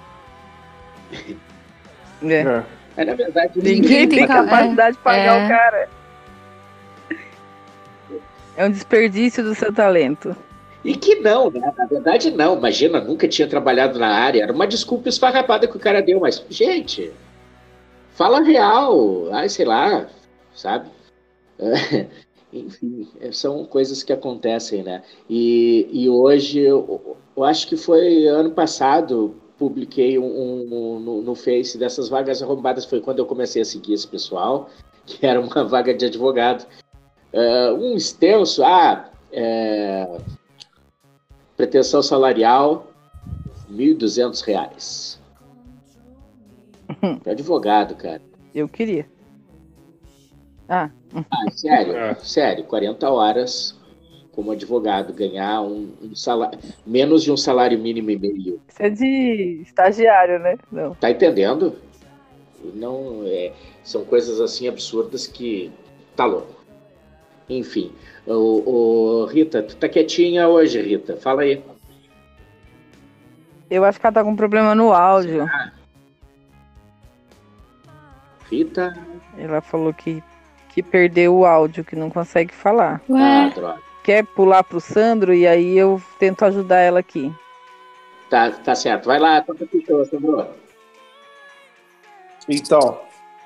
É. É, na verdade, ninguém tem capacidade é, de pagar é. o cara. É um desperdício do seu talento. E que não, né? Na verdade, não. Imagina, nunca tinha trabalhado na área. Era uma desculpa esfarrapada que o cara deu, mas, gente, fala real. Ai, sei lá, sabe? É, enfim, são coisas que acontecem, né? E, e hoje, eu, eu acho que foi ano passado, publiquei um, um no, no Face dessas vagas arrombadas. Foi quando eu comecei a seguir esse pessoal, que era uma vaga de advogado. Uh, um extenso, ah, é... pretensão salarial, mil e duzentos reais. É advogado, cara. Eu queria. Ah. Ah, sério, é. sério, quarenta horas como advogado, ganhar um, um salário, menos de um salário mínimo e meio. Isso é de estagiário, né? Não. Tá entendendo? Não, é, são coisas assim absurdas que tá louco. Enfim, o, o Rita, tu tá quietinha hoje, Rita? Fala aí. Eu acho que ela tá com problema no áudio. Ah. Rita? Ela falou que, que perdeu o áudio, que não consegue falar. Ué? Ah, droga. Quer pular pro Sandro e aí eu tento ajudar ela aqui. Tá, tá certo. Vai lá, toca aqui, Sandro. Então,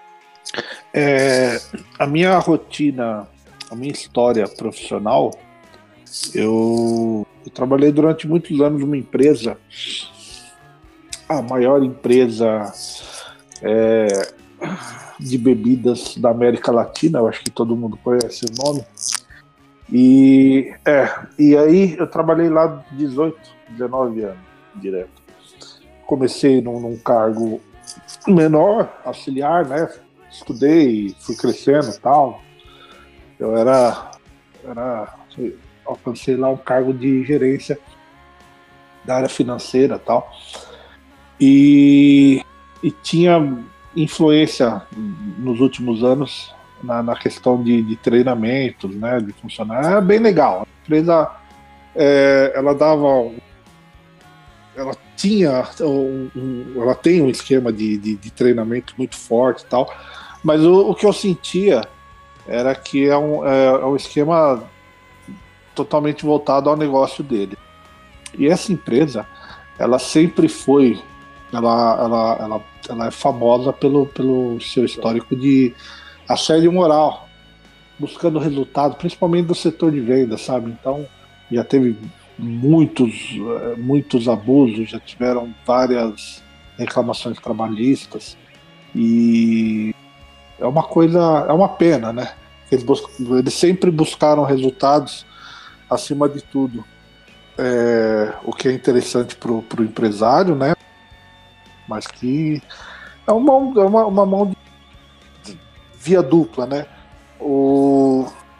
é, a minha rotina... A minha história profissional, eu, eu trabalhei durante muitos anos numa empresa, a maior empresa é, de bebidas da América Latina, eu acho que todo mundo conhece o nome. E, é, e aí eu trabalhei lá dezoito, dezenove anos direto. Comecei num, num cargo menor, auxiliar, né? Estudei, fui crescendo e tal. Eu era, era, alcancei lá um cargo de gerência da área financeira e tal, e, e tinha influência nos últimos anos na, na questão de, de treinamentos, né, de funcionários. Era bem legal. A empresa, é, ela dava, ela tinha, um, um, ela tem um esquema de, de, de treinamento muito forte e tal, mas o, o que eu sentia era que é um, é, é um esquema totalmente voltado ao negócio dele. E essa empresa, ela sempre foi, ela, ela, ela, ela é famosa pelo, pelo seu histórico de assédio moral, buscando resultado, principalmente do setor de vendas, sabe? Então, já teve muitos, muitos abusos, já tiveram várias reclamações trabalhistas, e é uma coisa, é uma pena, né? Eles, buscam, eles sempre buscaram resultados acima de tudo. É, o que é interessante para o empresário, né? Mas que é uma, é uma, uma mão de via dupla, né? O,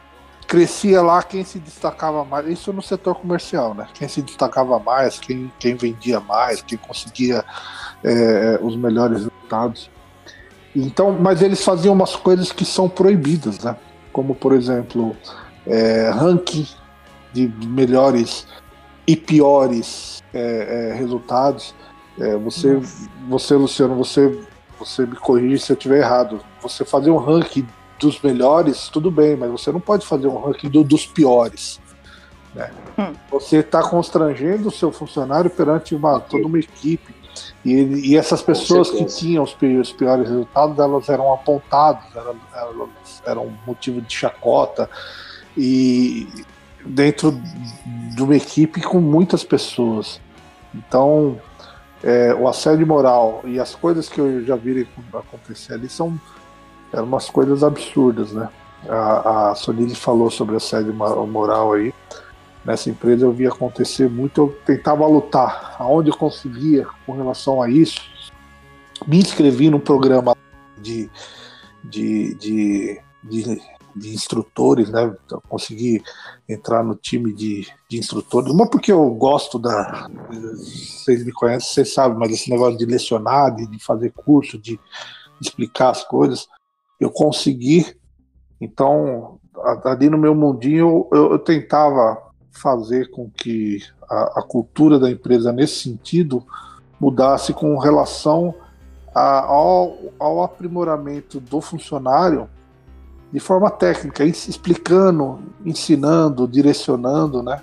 crescia lá quem se destacava mais, isso no setor comercial, né? Quem se destacava mais, quem, quem vendia mais, quem conseguia é, os melhores resultados. Então, mas eles faziam umas coisas que são proibidas, né? Como, por exemplo, é, ranking de melhores e piores é, é, resultados. É, você, você, Luciano, você, você me corrige se eu estiver errado. Você fazer um ranking dos melhores, tudo bem, mas você não pode fazer um ranking do, dos piores. Né? Hum. Você está constrangendo o seu funcionário perante uma, toda uma equipe. E, ele, e essas pessoas que tinham os, os piores resultados, elas eram apontadas, elas, elas eram motivo de chacota. E dentro de uma equipe com muitas pessoas. Então, é, o assédio moral e as coisas que eu já vi acontecer ali são eram umas coisas absurdas, né? A, a Sonise falou sobre assédio moral aí. Nessa empresa eu vi acontecer muito, eu tentava lutar aonde eu conseguia com relação a isso. Me inscrevi num programa de, de, de, de, de instrutores, né? Eu consegui entrar no time de, de instrutores, uma porque eu gosto da... Vocês me conhecem, vocês sabem, mas esse negócio de lecionar, de, de fazer curso, de, de explicar as coisas, eu consegui. Então, ali no meu mundinho, eu, eu tentava fazer com que a, a cultura da empresa nesse sentido mudasse com relação a, ao, ao aprimoramento do funcionário de forma técnica, explicando, ensinando, direcionando, né?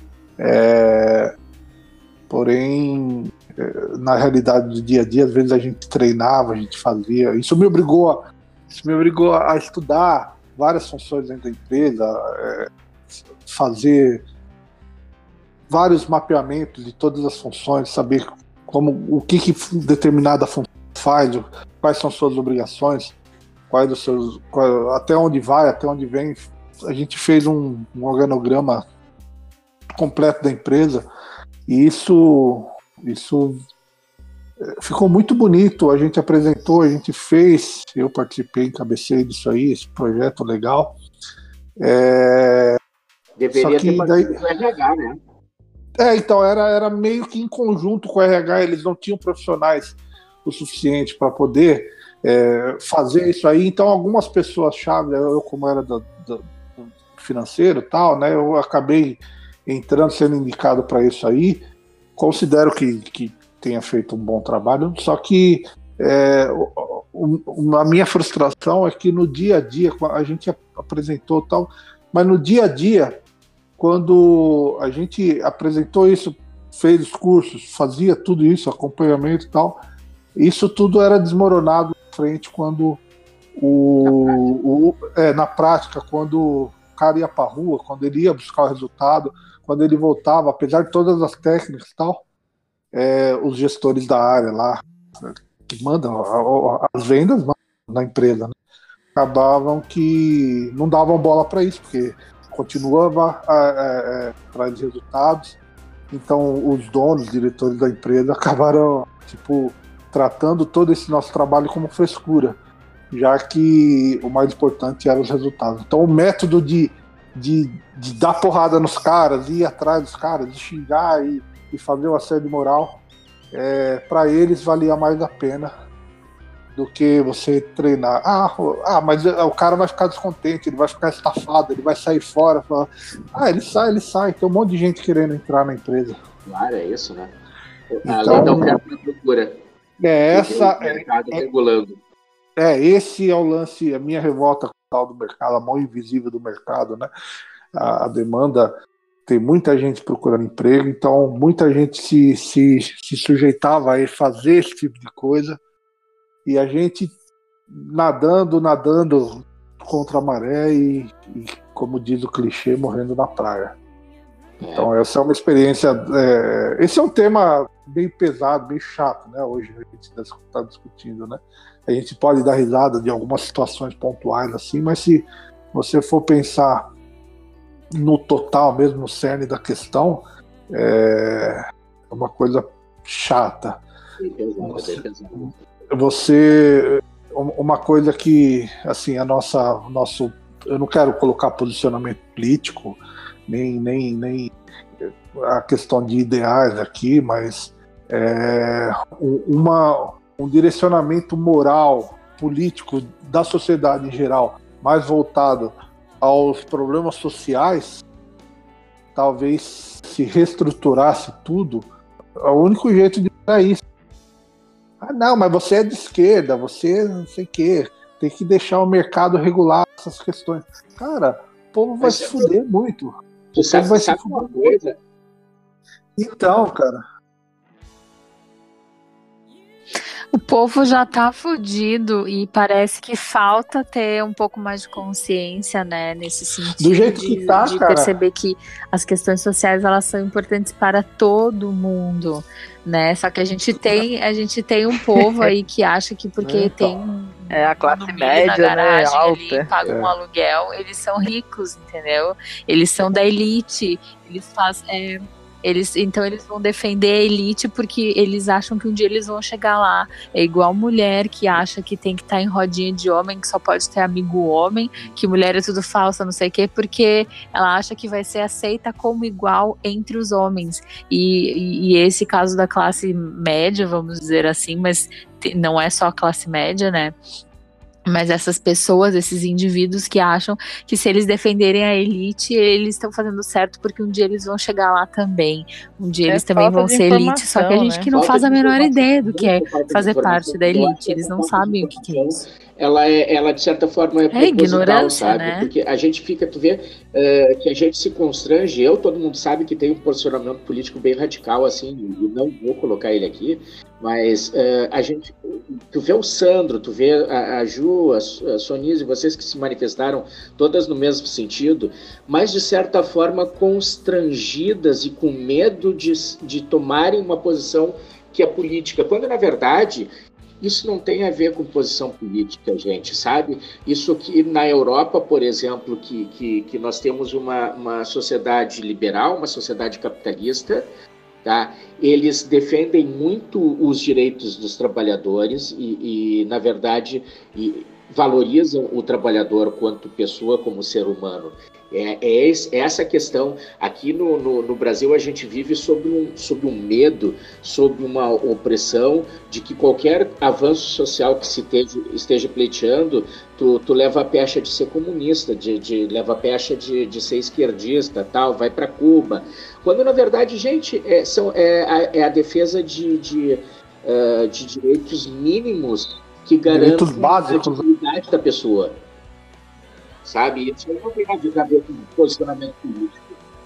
É, porém, na realidade do dia a dia, às vezes a gente treinava, a gente fazia. Isso me obrigou a, isso me obrigou a estudar várias funções dentro da empresa, é, fazer vários mapeamentos de todas as funções, saber como, o que, que determinada função faz, quais são suas obrigações, quais os seus, qual, até onde vai, até onde vem. A gente fez um, um organograma completo da empresa e isso, isso ficou muito bonito. A gente apresentou, a gente fez, eu participei, encabecei disso aí, esse projeto legal. É, Deveria ter participado do R H, né? É, então, era, era meio que em conjunto com o R H, eles não tinham profissionais o suficiente para poder é, fazer isso aí, então algumas pessoas-chave, eu como era do, do financeiro e tal, né, eu acabei entrando, sendo indicado para isso aí, considero que, que tenha feito um bom trabalho, só que é, o, o, a minha frustração é que no dia a dia, a gente apresentou tal, mas no dia a dia, quando a gente apresentou isso, fez os cursos, fazia tudo isso, acompanhamento e tal, isso tudo era desmoronado na frente quando o, o é, na prática, quando o cara ia para a rua, quando ele ia buscar o resultado, quando ele voltava, apesar de todas as técnicas e tal, é, os gestores da área lá, que mandam as vendas na empresa, né, acabavam que não davam bola para isso, porque continuava atrás de resultados. Então os donos, diretores da empresa acabaram tipo, tratando todo esse nosso trabalho como frescura, já que o mais importante eram os resultados. Então o método de, de, de dar porrada nos caras, ir atrás dos caras, de xingar e, e fazer o assédio moral, é, para eles valia mais a pena do que você treinar. Ah, ah, mas o cara vai ficar descontente, ele vai ficar estafado, ele vai sair fora. Falar, ah, ele sai, ele sai. Tem um monte de gente querendo entrar na empresa. Claro, é isso, né? Então, além da oferta da procura. É essa. O mercado é, regulando. É, esse é o lance, a minha revolta com o tal do mercado, a mão invisível do mercado, né? A, a demanda, tem muita gente procurando emprego, então muita gente se, se, se sujeitava a fazer esse tipo de coisa. E a gente nadando, nadando contra a maré e, e, como diz o clichê, morrendo na praia. É. Então essa é uma experiência... É, esse é um tema bem pesado, bem chato, né? Hoje a gente está discutindo, né? A gente pode dar risada de algumas situações pontuais assim, mas se você for pensar no total, mesmo no cerne da questão, é uma coisa chata. Bem pesado, bem pesado. Você, uma coisa que, assim, a nossa, o nosso eu não quero colocar posicionamento político, nem, nem, nem a questão de ideais aqui, mas é, uma, um direcionamento moral, político da sociedade em geral, mais voltado aos problemas sociais, talvez se reestruturasse tudo, é o único jeito de fazer isso. Ah, não, mas você é de esquerda, você não sei o quê, tem que deixar o mercado regular essas questões. Cara, o povo vai mas se fuder tô... muito. Tu o sabe, vai sabe se fuder uma coisa? Muito. Então, cara. O povo já tá fudido e parece que falta ter um pouco mais de consciência, né, nesse sentido. Do jeito de, que tá, de cara. perceber que as questões sociais, elas são importantes para todo mundo, né? Só que a gente tem, a gente tem um povo aí que acha que porque é, então. tem é a classe média, garagem, né, alta, ali, pagam é. um aluguel, eles são ricos, entendeu? Eles são da elite, eles fazem é, Eles, então eles vão defender a elite porque eles acham que um dia eles vão chegar lá. É igual mulher que acha que tem que estar em rodinha de homem, que só pode ter amigo homem, que mulher é tudo falsa, não sei o quê, porque ela acha que vai ser aceita como igual entre os homens. E, e, e esse caso da classe média, vamos dizer assim, mas não é só a classe média, né? Mas essas pessoas, esses indivíduos que acham que se eles defenderem a elite, eles estão fazendo certo porque um dia eles vão chegar lá também. Um dia é eles também vão ser elite, só que a gente né? que não falta faz a menor ideia do que é fazer parte da elite. É Eles não sabem o que, que é isso. Ela, é, ela, de certa forma, é, é ignorância, sabe? Né? Porque a gente fica, tu vê, uh, que a gente se constrange. Eu, todo mundo sabe que tem um posicionamento político bem radical, assim, e não vou colocar ele aqui, mas uh, a gente, tu vê o Sandro, tu vê a, a Ju, a, a Sonise, vocês que se manifestaram todas no mesmo sentido, mas, de certa forma, constrangidas e com medo de, de tomarem uma posição que é política, quando, na verdade... Isso não tem a ver com posição política, gente, sabe? Isso que na Europa, por exemplo, que, que, que nós temos uma, uma sociedade liberal, uma sociedade capitalista, tá? Eles defendem muito os direitos dos trabalhadores e, e na verdade, e valorizam o trabalhador quanto pessoa, como ser humano. É, é, é essa questão. Aqui no, no, no Brasil a gente vive sob um, sob um medo, sob uma opressão de que qualquer avanço social que se esteja, esteja pleiteando, tu, tu leva a pecha de ser comunista, de, de, leva a pecha de, de ser esquerdista, tal, vai para Cuba. Quando, na verdade, gente, é, são, é, a, é a defesa de, de, uh, de direitos mínimos que garantem a dignidade da pessoa. Sabe? Isso não tem a ver com posicionamento político.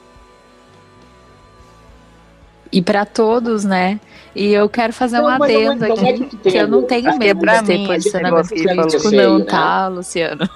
E para todos, né? E eu quero fazer não, um adendo não, aqui, não é que, que eu não tenho Acho medo de ter mim, posicionamento político, feio, não, né? tá, Luciano?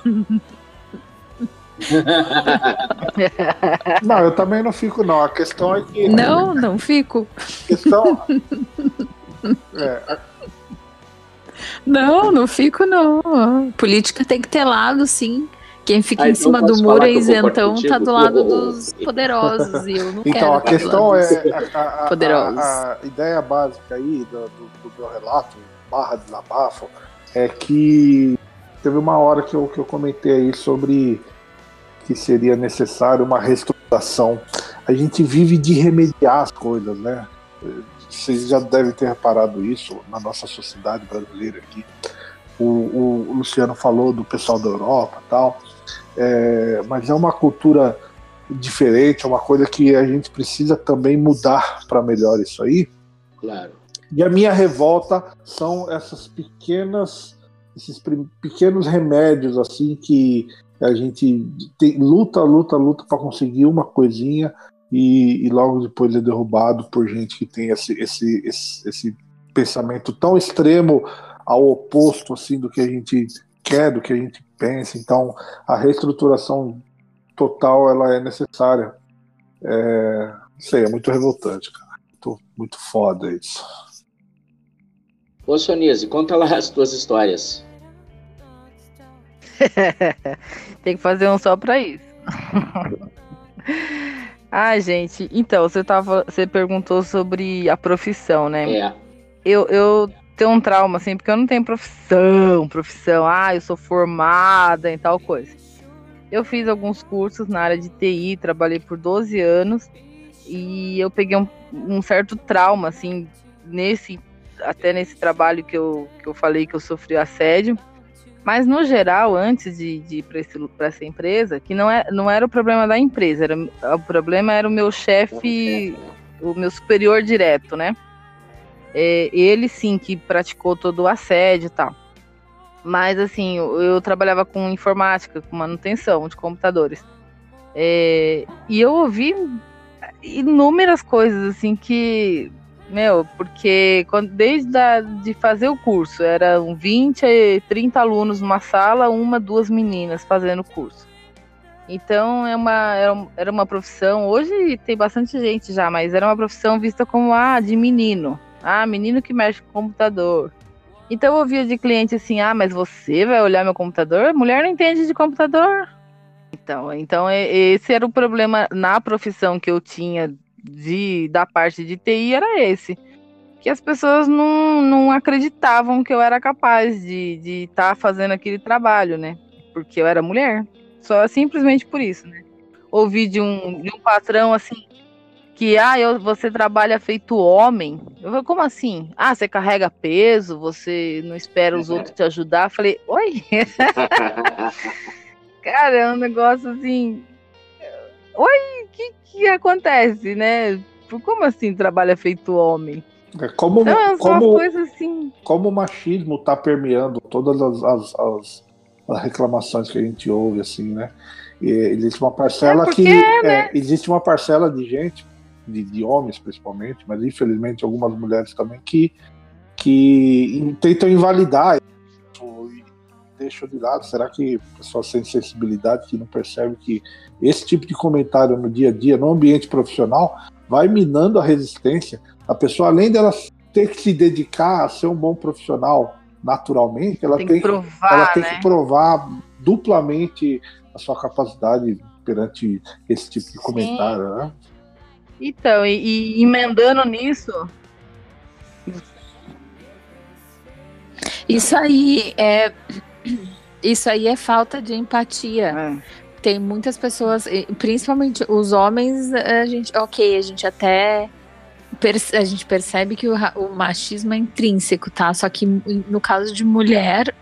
Não, eu também não fico, não. A questão é que... Não, não fico. A questão... é, a... Não, não fico, não. Política tem que ter lado, sim. Quem fica ah, em cima do muro é isentão, tá do lado dos poderosos. E eu não então, quero. Então, a questão é. A, a, poderosos. A, a ideia básica aí do, do, do meu relato, barra desabafo, é que teve uma hora que eu, que eu comentei aí sobre que seria necessário uma reestruturação. A gente vive de remediar as coisas, né? Vocês já devem ter reparado isso na nossa sociedade brasileira aqui. O, o, o Luciano falou do pessoal da Europa e tal, é, mas é uma cultura diferente, é uma coisa que a gente precisa também mudar para melhor isso aí. Claro. E a minha revolta são essas pequenas, esses pequenos remédios assim que a gente tem, luta, luta, luta para conseguir uma coisinha e, e logo depois é derrubado por gente que tem esse, esse, esse, esse pensamento tão extremo ao oposto assim, do que a gente quer, do que a gente pensa. Então, a reestruturação total ela é necessária. É, não sei, é muito revoltante, cara. Muito, muito foda isso. Ô, Sonise, conta lá as tuas histórias. Tem que fazer um só pra isso. Ah, gente, então, você, tava, você perguntou sobre a profissão, né? É. Eu... eu ter um trauma, assim, porque eu não tenho profissão, profissão, ah, eu sou formada em tal coisa. eu fiz alguns cursos na área de T I, trabalhei por doze anos, e eu peguei um, um certo trauma, assim, nesse, até nesse trabalho que eu, que eu falei que eu sofri assédio. Mas, no geral, antes de, de ir para essa empresa, que não, é, não era o problema da empresa, era, o problema era o meu chefe, o meu superior direto, né? É, ele, sim, que praticou todo o assédio e tal. Mas, assim, eu, eu trabalhava com informática, com manutenção de computadores. É, e eu ouvi inúmeras coisas, assim, que... Meu, porque quando, desde a, de fazer o curso, eram vinte, trinta alunos numa sala, uma, duas meninas fazendo o curso. Então, é uma, era uma profissão, hoje tem bastante gente já, mas era uma profissão vista como, ah, de menino. Ah, menino que mexe com computador. Então, eu ouvia de cliente assim, ah, mas você vai olhar meu computador? Mulher não entende de computador. Então, então esse era o problema na profissão que eu tinha de, da parte de T I, era esse. Que as pessoas não, não acreditavam que eu era capaz de estar tá fazendo aquele trabalho, né? Porque eu era mulher. Só simplesmente por isso, né? Ouvi de um, de um patrão assim, que ah, eu, você trabalha feito homem. Eu falei, como assim? Ah, você carrega peso, você não espera os outros te ajudar. Eu falei, oi? Cara, é um negócio assim. Oi, o que, que acontece, né? Como assim trabalha feito homem? É como, então, como, coisas assim. Como o machismo está permeando todas as, as, as, as reclamações que a gente ouve, assim, né? E existe uma parcela é que. É, né? É, existe uma parcela de gente, de, de homens principalmente, mas infelizmente algumas mulheres também, que, que tentam invalidar isso e deixam de lado. Será que pessoas sem sensibilidade que não percebem que esse tipo de comentário no dia a dia, no ambiente profissional, vai minando a resistência? A pessoa, além dela ter que se dedicar a ser um bom profissional naturalmente, ela tem, tem, que, provar, ela tem né? que provar duplamente a sua capacidade perante esse tipo de comentário, Sim. né? Então, e, e emendando nisso... Isso aí é... Isso aí é falta de empatia. É. Tem muitas pessoas, principalmente os homens, a gente, ok, a gente até a gente percebe que o, o machismo é intrínseco, tá? Só que no caso de mulher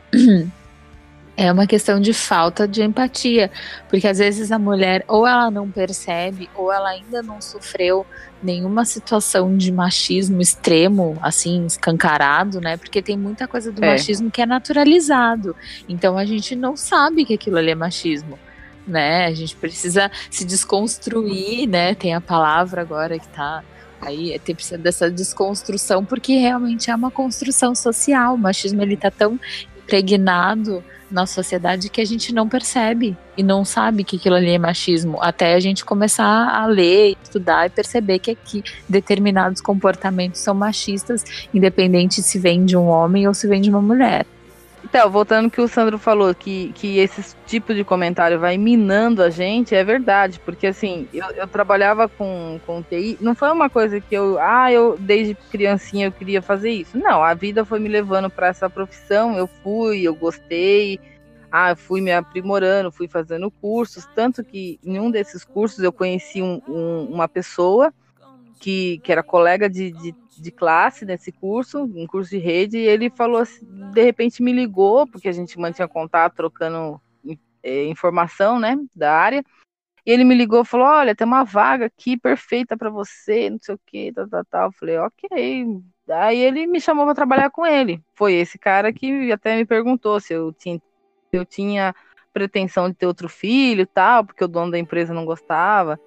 é uma questão de falta de empatia, porque às vezes a mulher ou ela não percebe ou ela ainda não sofreu nenhuma situação de machismo extremo, assim, escancarado, né? Porque tem muita coisa do é. machismo que é naturalizado, então a gente não sabe que aquilo ali é machismo, né? A gente precisa se desconstruir, né? Tem a palavra agora que tá aí, tem precisa dessa desconstrução, porque realmente é uma construção social. O machismo, ele tá tão impregnado na sociedade que a gente não percebe e não sabe que aquilo ali é machismo, até a gente começar a ler, estudar e perceber que aqui determinados comportamentos são machistas, independente se vem de um homem ou se vem de uma mulher. Então, voltando ao que o Sandro falou, que, que esse tipo de comentário vai minando a gente, é verdade, porque assim, eu, eu trabalhava com, com T I, não foi uma coisa que eu, ah, eu desde criancinha eu queria fazer isso, não, a vida foi me levando para essa profissão, eu fui, eu gostei, ah, eu fui me aprimorando, fui fazendo cursos, tanto que em um desses cursos eu conheci um, um, uma pessoa que, que era colega de, de de classe nesse curso, um curso de rede, e ele falou assim, de repente me ligou, porque a gente mantinha contato, trocando é, informação, né, da área, e ele me ligou e falou, olha, tem uma vaga aqui perfeita para você, não sei o que, tal, tal, tal. Eu falei, ok. Aí ele me chamou para trabalhar com ele. Foi esse cara que até me perguntou se eu tinha, se eu tinha pretensão de ter outro filho e tal, porque o dono da empresa não gostava.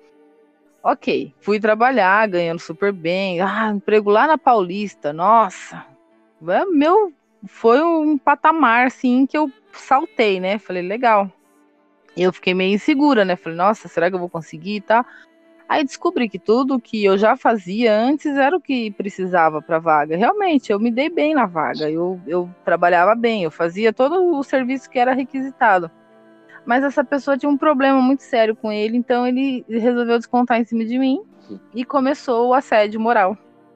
Ok, fui trabalhar, ganhando super bem. Ah, emprego lá na Paulista, nossa. Meu, foi um patamar, assim, que eu saltei, né? Falei, legal. Eu fiquei meio insegura, né? Falei, nossa, será que eu vou conseguir e tal? Aí descobri que tudo que eu já fazia antes era o que precisava para a vaga. Realmente, eu me dei bem na vaga. Eu, eu trabalhava bem, eu fazia todo o serviço que era requisitado. Mas essa pessoa tinha um problema muito sério com ele, então ele resolveu descontar em cima de mim e começou o assédio moral.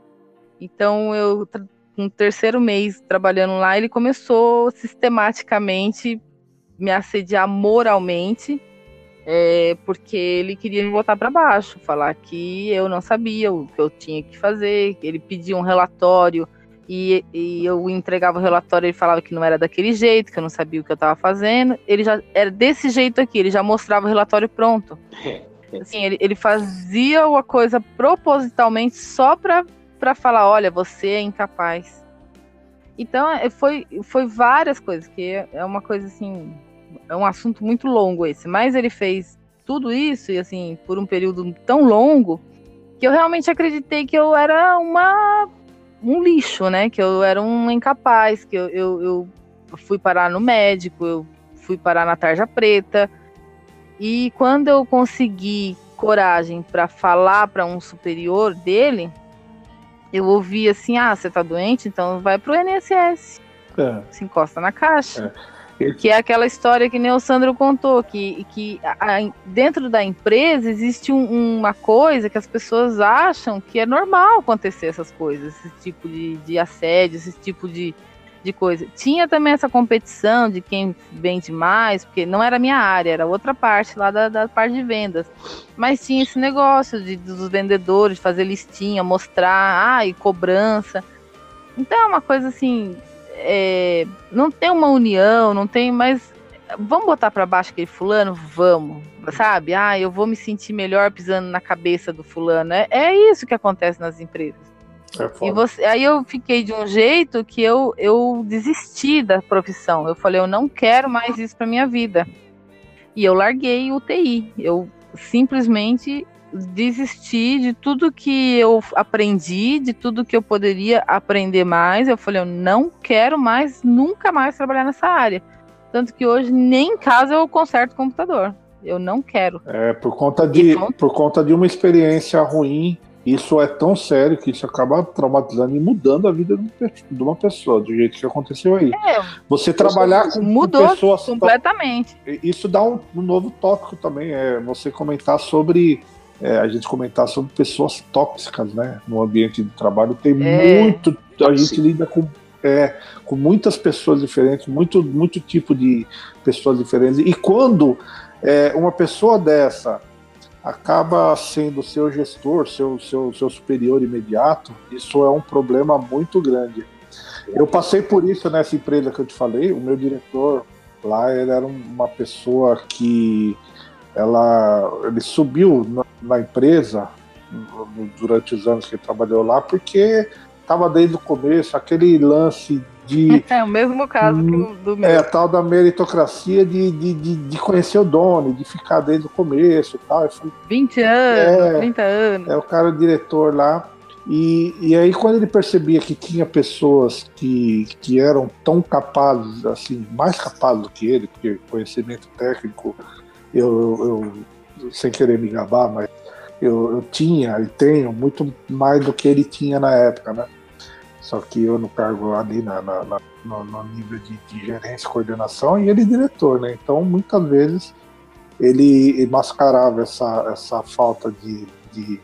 Então, eu, no terceiro mês trabalhando lá, ele começou sistematicamente me assediar moralmente é, porque ele queria me botar para baixo, falar que eu não sabia o que eu tinha que fazer, ele pedia um relatório e, e eu entregava o relatório, ele falava que não era daquele jeito, que eu não sabia o que eu estava fazendo, ele já era desse jeito aqui, ele já mostrava o relatório pronto. Assim, ele, ele fazia a coisa propositalmente só para falar, olha, você é incapaz. Então, foi, foi várias coisas, que é uma coisa assim, é um assunto muito longo esse, mas ele fez tudo isso, e assim, por um período tão longo, que eu realmente acreditei que eu era uma, um lixo, né, que eu era um incapaz, que eu, eu, eu fui parar no médico, eu fui parar na tarja preta, e quando eu consegui coragem para falar para um superior dele, eu ouvi assim, ah, você tá doente? Então vai pro I N S S. É. Se encosta na caixa. É. Que é aquela história que nem o Sandro contou, que, que a, a, dentro da empresa existe um, uma coisa que as pessoas acham que é normal acontecer essas coisas, esse tipo de, de assédio, esse tipo de, de coisa. Tinha também essa competição de quem vende mais, porque não era a minha área, era outra parte lá da, da parte de vendas. Mas tinha esse negócio de, dos vendedores, de fazer listinha, mostrar, ah, e cobrança. Então é uma coisa assim, é, não tem uma união, não tem, mas vamos botar para baixo aquele fulano? Vamos, sabe? Ah, eu vou me sentir melhor pisando na cabeça do fulano. É, é isso que acontece nas empresas. É e você, aí eu fiquei de um jeito que eu, eu desisti da profissão. Eu falei, eu não quero mais isso para minha vida. E eu larguei o T I. Eu simplesmente desisti de tudo que eu aprendi, de tudo que eu poderia aprender mais. Eu falei, eu não quero mais, nunca mais trabalhar nessa área. Tanto que hoje nem em casa eu conserto o computador. Eu não quero. É, por conta de, por conta de uma experiência ruim. Isso é tão sério que isso acaba traumatizando e mudando a vida de uma pessoa, do jeito que aconteceu aí. É, você trabalhar com, mudou com pessoas... completamente. Isso dá um, um novo tópico também, é você comentar sobre... É, a gente comentar sobre pessoas tóxicas, né? No ambiente de trabalho. Tem é. muito... A gente lida com, é, com muitas pessoas diferentes, muito, muito tipo de pessoas diferentes. E quando é, uma pessoa dessa... acaba sendo seu gestor, seu, seu, seu superior imediato, isso é um problema muito grande. Eu passei por isso nessa empresa que eu te falei, o meu diretor lá, ele era uma pessoa que ela, ele subiu na, na empresa durante os anos que ele trabalhou lá, porque estava desde o começo, aquele lance de... É o mesmo caso que o do meu. É, a tal da meritocracia de, de, de, de conhecer o dono, de ficar desde o começo e tal. Eu falei, vinte anos, é, trinta anos. É o cara, o diretor lá. E, e aí, quando ele percebia que tinha pessoas que, que eram tão capazes, assim, mais capazes do que ele, porque conhecimento técnico, eu, eu sem querer me gabar, mas eu, eu tinha e tenho muito mais do que ele tinha na época, né? Só que eu no cargo ali na, na, na, no, no nível de, de gerência, coordenação, e ele diretor, né? Então, muitas vezes, ele mascarava essa, essa falta de, de,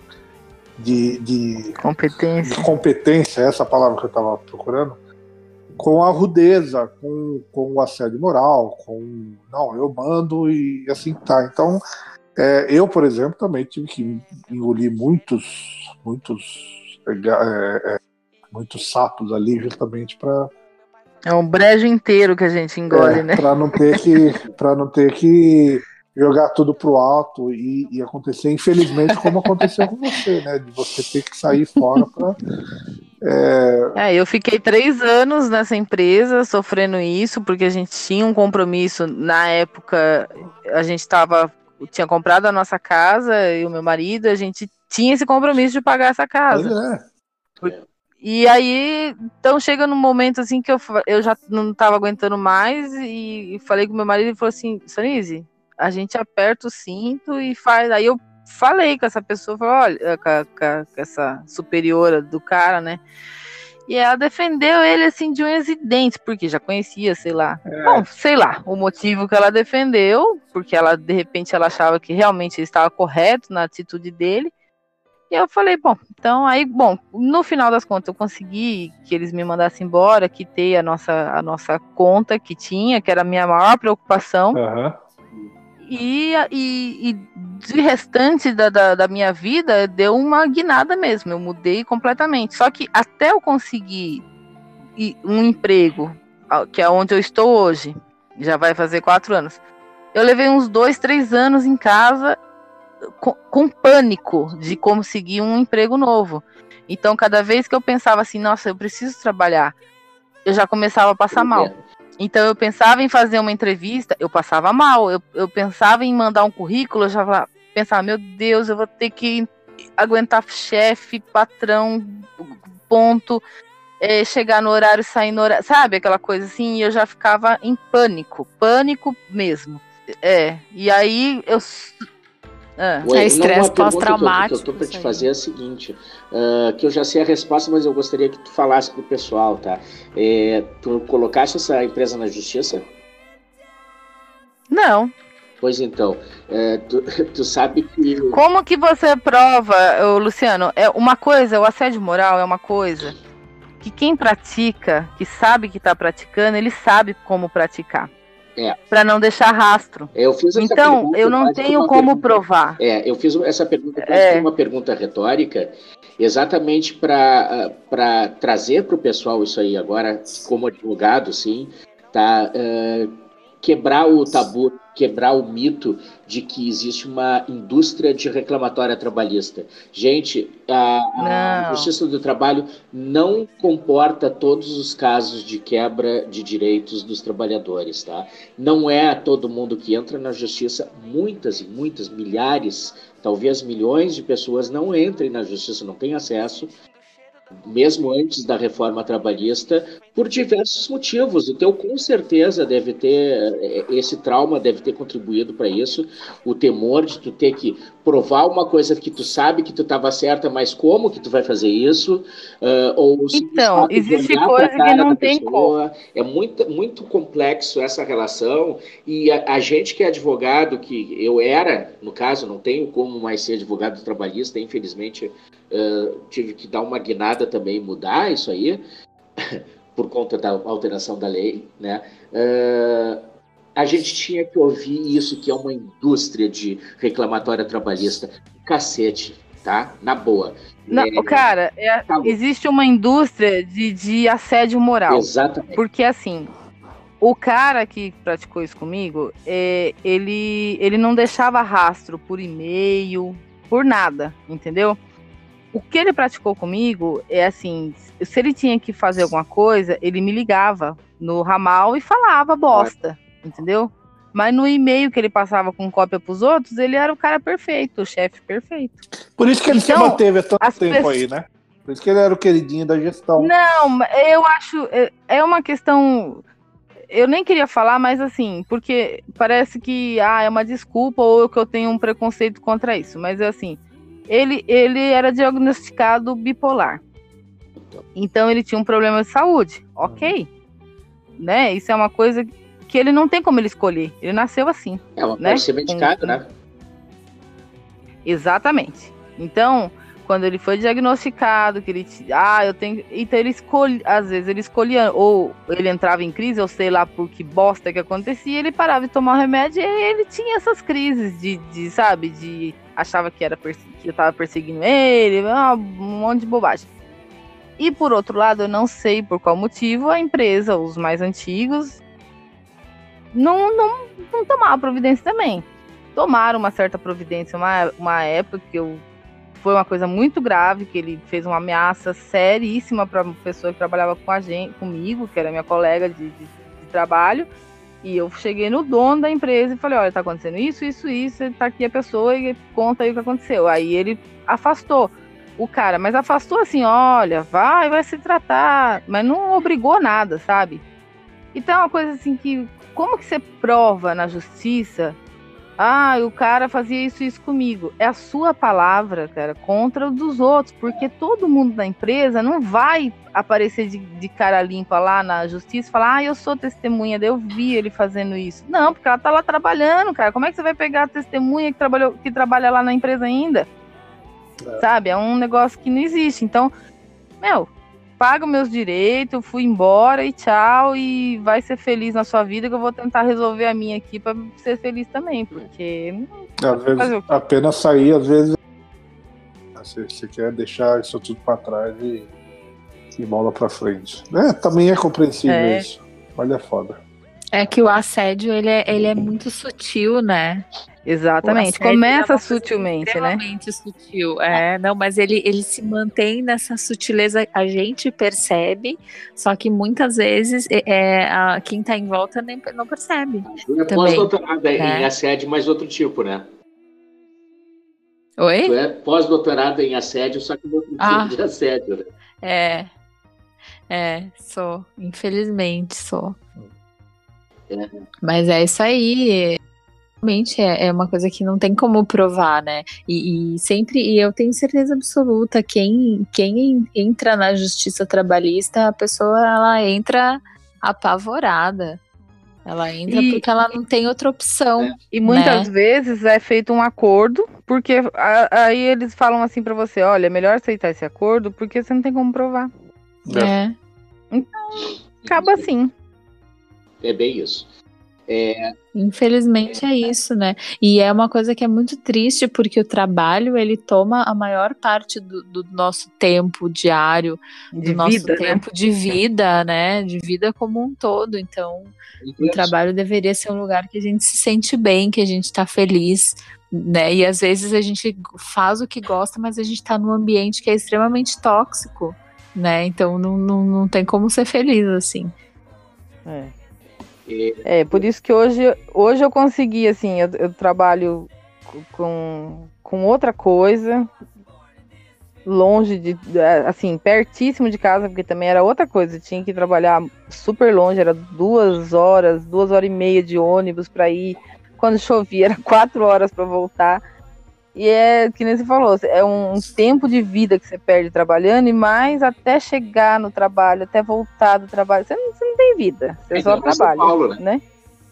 de, de, competência. de competência, essa palavra que eu estava procurando, com a rudeza, com, com o assédio moral, com, não, eu mando e assim tá. Então, é, eu, por exemplo, também tive que engolir muitos, muitos... É, é, muitos sapos ali justamente para é um brejo inteiro que a gente engole, é, né? Para não ter que para não ter que jogar tudo pro alto e, e acontecer, infelizmente, como aconteceu com você, né? De você ter que sair fora para é... é, eu fiquei três anos nessa empresa sofrendo isso porque a gente tinha um compromisso na época, a gente estava tinha comprado a nossa casa e o meu marido, a gente tinha esse compromisso de pagar essa casa. Pois é. Por... E aí, então chega num momento assim que eu, eu já não estava aguentando mais e, e falei com meu marido e falou assim, Sonise, a gente aperta o cinto e faz. Aí eu falei com essa pessoa, falei, olha, com, a, com essa superiora do cara, né? E ela defendeu ele assim de unhas e dentes, porque já conhecia, sei lá. É. Bom, sei lá, o motivo que ela defendeu, porque ela, de repente, ela achava que realmente ele estava correto na atitude dele. E eu falei, bom, então aí, bom, no final das contas eu consegui que eles me mandassem embora, quitei a nossa, a nossa conta que tinha, que era a minha maior preocupação. Uhum. E, e, e de restante da, da, da minha vida, deu uma guinada mesmo. Eu mudei completamente. Só que até eu conseguir um emprego, que é onde eu estou hoje, já vai fazer quatro anos, eu levei uns dois, três anos em casa com, com pânico de conseguir um emprego novo. Então, cada vez que eu pensava assim, nossa, eu preciso trabalhar, eu já começava a passar mal. Então, eu pensava em fazer uma entrevista, eu passava mal. Eu, eu pensava em mandar um currículo, eu já falava, pensava, meu Deus, eu vou ter que aguentar chefe, patrão, ponto, é, chegar no horário, sair no horário, sabe? Aquela coisa assim, e eu já ficava em pânico, pânico mesmo. É, e aí eu... Ah. Ué, é estresse pós-traumático. O que eu estou para te fazer é a seguinte, uh, que eu já sei a resposta, mas eu gostaria que tu falasse pro pessoal, tá? É, tu colocaste essa empresa na justiça? Não. Pois então, é, tu, tu sabe que... Como que você prova, Luciano? É uma coisa, o assédio moral é uma coisa que quem pratica, que sabe que está praticando, ele sabe como praticar. É. Para não deixar rastro. Eu fiz essa então, pergunta, eu não tenho como pergunta, provar. É, eu fiz essa pergunta, é. uma pergunta retórica, exatamente para uh, trazer para o pessoal isso aí agora, como advogado, sim, tá? Uh, quebrar o tabu, quebrar o mito de que existe uma indústria de reclamatória trabalhista. Gente, a, a Justiça do Trabalho não comporta todos os casos de quebra de direitos dos trabalhadores, tá? Não é todo mundo que entra na Justiça, muitas e muitas, milhares, talvez milhões de pessoas não entrem na Justiça, não têm acesso, mesmo antes da reforma trabalhista, por diversos motivos. O teu, com certeza, deve ter, esse trauma deve ter contribuído para isso, o temor de tu ter que provar uma coisa que tu sabe que tu estava certa, mas como que tu vai fazer isso? Uh, ou então, existe coisa que não tem como. É muito, muito complexo essa relação, e a, a gente que é advogado, que eu era, no caso, não tenho como mais ser advogado trabalhista, infelizmente, uh, tive que dar uma guinada também, mudar isso aí, por conta da alteração da lei, né? Uh, a gente tinha que ouvir isso, que é uma indústria de reclamatória trabalhista. Cacete, tá? Na boa. Não, é, cara, é, tá existe uma indústria de, de assédio moral. Exatamente. Porque, assim, o cara que praticou isso comigo, é, ele, ele não deixava rastro por e-mail, por nada, entendeu? O que ele praticou comigo é assim, se ele tinha que fazer alguma coisa, ele me ligava no ramal e falava bosta, entendeu? Mas no e-mail que ele passava com cópia pros outros, ele era o cara perfeito, o chefe perfeito. Por isso que ele então, se manteve há tanto tempo pessoas... aí, né? Por isso que ele era o queridinho da gestão. Não, eu acho, é uma questão... Eu nem queria falar, mas assim, porque parece que ah, é uma desculpa ou que eu tenho um preconceito contra isso, mas é assim... Ele, ele era diagnosticado bipolar. Então ele tinha um problema de saúde. Ok. Né? Isso é uma coisa que ele não tem como ele escolher. Ele nasceu assim. É, uma né? pode ser medicado, Com... né? Exatamente. Então, quando ele foi diagnosticado, que ele... Ah, eu tenho... Então ele escolhe... Às vezes ele escolhia... Ou ele entrava em crise, ou sei lá por que bosta que acontecia, ele parava de tomar o remédio e ele tinha essas crises de, de sabe, de... Achava que, era perse... que eu tava perseguindo ele, um monte de bobagem. E por outro lado, eu não sei por qual motivo a empresa, os mais antigos, não, não, não tomaram providência também. Tomaram uma certa providência, uma, uma época que eu, foi uma coisa muito grave, que ele fez uma ameaça seríssima para uma pessoa que trabalhava com a gente, comigo, que era minha colega de, de, de trabalho. E eu cheguei no dono da empresa e falei, olha, tá acontecendo isso, isso, isso, tá aqui a pessoa e conta aí o que aconteceu. Aí ele afastou o cara, mas afastou assim, olha, vai, vai se tratar, mas não obrigou nada, sabe? Então é uma coisa assim que, como que você prova na justiça, ah, o cara fazia isso isso comigo? É a sua palavra, cara, contra o dos outros, porque todo mundo da empresa não vai aparecer de, de cara limpa lá na justiça e falar, ah, eu sou testemunha, eu vi ele fazendo isso. Não, porque ela tá lá trabalhando, cara. Como é que você vai pegar a testemunha que, trabalhou, que trabalha lá na empresa ainda? É. Sabe? É um negócio que não existe. Então, meu, paga meus direitos, fui embora e tchau, e vai ser feliz na sua vida, que eu vou tentar resolver a minha aqui pra ser feliz também, porque... Às vezes, apenas sair, às vezes, você, você quer deixar isso tudo pra trás e, e bola pra frente. É, também é compreensível é. isso, mas é foda. É que o assédio, ele é, ele é muito sutil, né? Exatamente, começa é sutilmente, extremamente né? sutil, é, não, mas ele, ele se mantém nessa sutileza, a gente percebe, só que muitas vezes é, a, quem tá em volta nem, não percebe. Tu é pós-doutorada né? em assédio, mas outro tipo, né? Oi? Tu é pós-doutorada em assédio, só que outro ah, tipo de assédio, né? É, é, sou, infelizmente sou. É. Mas é isso aí. Realmente é, é uma coisa que não tem como provar, né? E, e sempre, e eu tenho certeza absoluta, quem, quem entra na justiça trabalhista, a pessoa ela entra apavorada. Ela entra e, porque ela não tem outra opção. É. E muitas né? vezes é feito um acordo, porque a, aí eles falam assim pra você, olha, é melhor aceitar esse acordo, porque você não tem como provar. É. Então, acaba assim. É bem isso. É... Infelizmente é isso, né? E é uma coisa que é muito triste, porque o trabalho, ele toma a maior parte do, do nosso tempo diário, de do vida, nosso tempo né? de vida, né? De vida como um todo. Então, isso. O trabalho deveria ser um lugar que a gente se sente bem, que a gente tá feliz, né? E às vezes a gente faz o que gosta, mas a gente tá num ambiente que é extremamente tóxico, né? Então não, não, não tem como ser feliz, assim. É. É, por isso que hoje, hoje eu consegui, assim, eu, eu trabalho com, com outra coisa, longe de, assim, pertíssimo de casa, porque também era outra coisa, eu tinha que trabalhar super longe, era duas horas, duas horas e meia de ônibus para ir, quando chovia era quatro horas para voltar, e é, que nem você falou, é um tempo de vida que você perde trabalhando, e mais até chegar no trabalho, até voltar do trabalho, você não, você não tem vida, você é, só trabalha, São Paulo, né? né?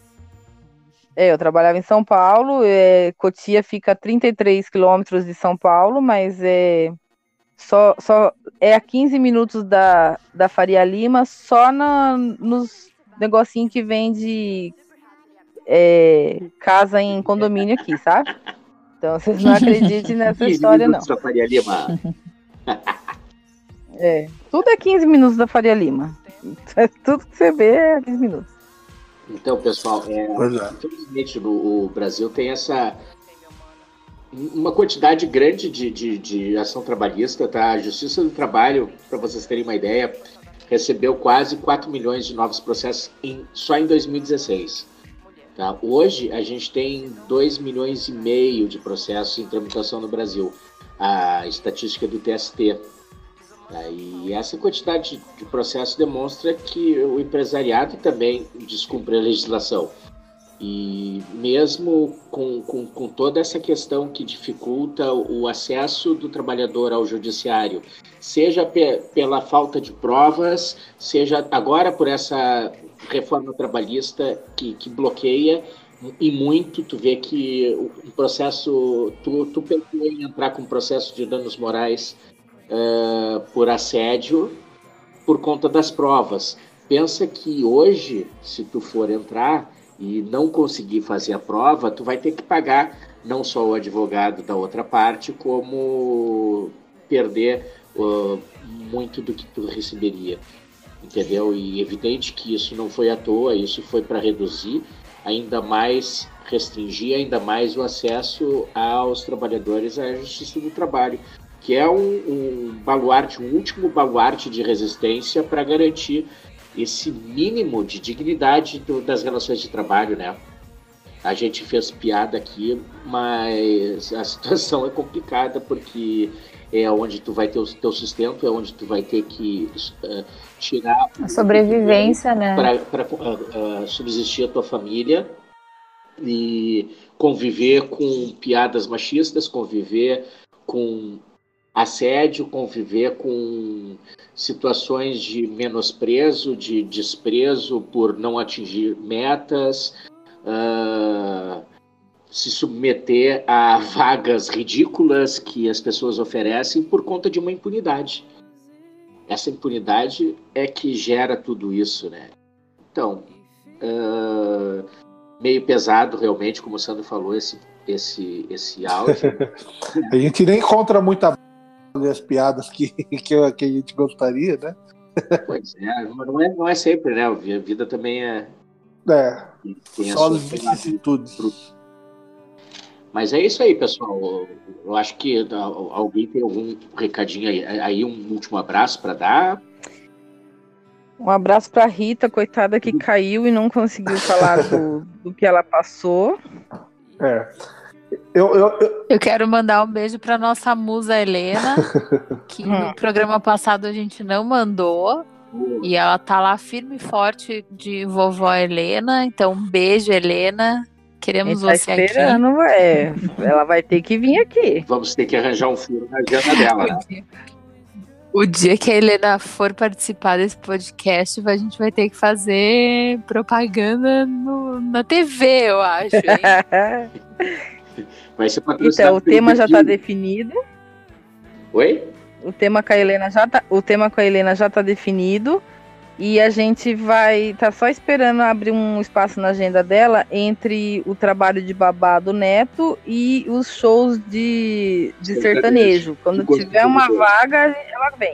É, eu trabalhava em São Paulo, é, Cotia fica a trinta e três quilômetros de São Paulo, mas é, só, só é a quinze minutos da, da Faria Lima, só na, nos negocinhos que vende é, casa em condomínio aqui, sabe? Então, vocês não acreditem nessa história, não. Da Faria Lima. É, tudo é quinze minutos da Faria Lima. Tudo que você vê é quinze minutos. Então, pessoal, é, infelizmente o, o Brasil tem essa uma quantidade grande de, de, de ação trabalhista, tá? A Justiça do Trabalho, para vocês terem uma ideia, recebeu quase quatro milhões de novos processos em, só em dois mil e dezesseis. Tá? Hoje, a gente tem dois milhões e meio de processos em tramitação no Brasil, a estatística do T S T. Tá? E essa quantidade de processos demonstra que o empresariado também descumpre a legislação. E mesmo com, com, com toda essa questão que dificulta o acesso do trabalhador ao judiciário, seja pe- pela falta de provas, seja agora por essa reforma trabalhista que, que bloqueia, e muito, tu vê que o processo, tu, tu pensou em entrar com um processo de danos morais uh, por assédio por conta das provas. Pensa que hoje, se tu for entrar e não conseguir fazer a prova, tu vai ter que pagar não só o advogado da outra parte, como perder uh, muito do que tu receberia. Entendeu? E evidente que isso não foi à toa, isso foi para reduzir ainda mais, restringir ainda mais o acesso aos trabalhadores à Justiça do Trabalho, que é um, um baluarte, um último baluarte de resistência para garantir esse mínimo de dignidade do, das relações de trabalho, né? A gente fez piada aqui, mas a situação é complicada, porque é onde tu vai ter o teu sustento, é onde tu vai ter que uh, tirar a sobrevivência, né? Para uh, uh, subsistir a tua família e conviver com piadas machistas, conviver com assédio, conviver com situações de menosprezo, de desprezo por não atingir metas, uh, se submeter a vagas ridículas que as pessoas oferecem por conta de uma impunidade. essa impunidade é que gera tudo isso, né? Então, uh, meio pesado realmente, como o Sandro falou, esse, esse, esse áudio. A gente nem encontra muita as piadas que, que, que a gente gostaria, né? Pois é, não é, não é sempre, né? A vida também é... É, tem só a as vicissitudes. Mas é isso aí, pessoal. Eu acho que alguém tem algum recadinho aí, aí um último abraço para dar. Um abraço para Rita, coitada, que caiu e não conseguiu falar do, do que ela passou. É. Eu, eu, eu... eu quero mandar um beijo para nossa musa Helena, que no programa passado a gente não mandou. E ela tá lá firme e forte de vovó Helena. Então, um beijo, Helena. Queremos tá você esperando, aqui. É. Ela vai ter que vir aqui. Vamos ter que arranjar um furo na agenda dela, né? O dia, o dia que a Helena for participar desse podcast, a gente vai ter que fazer propaganda no, na T V, eu acho. Hein? Vai ser então, o tema já tá definido. Oi? O tema com a Helena já tá, o tema com a Helena já tá definido. E a gente vai tá só esperando abrir um espaço na agenda dela entre o trabalho de babá do Neto e os shows de, de sertanejo. sertanejo. Quando tiver uma vaga, ela vem.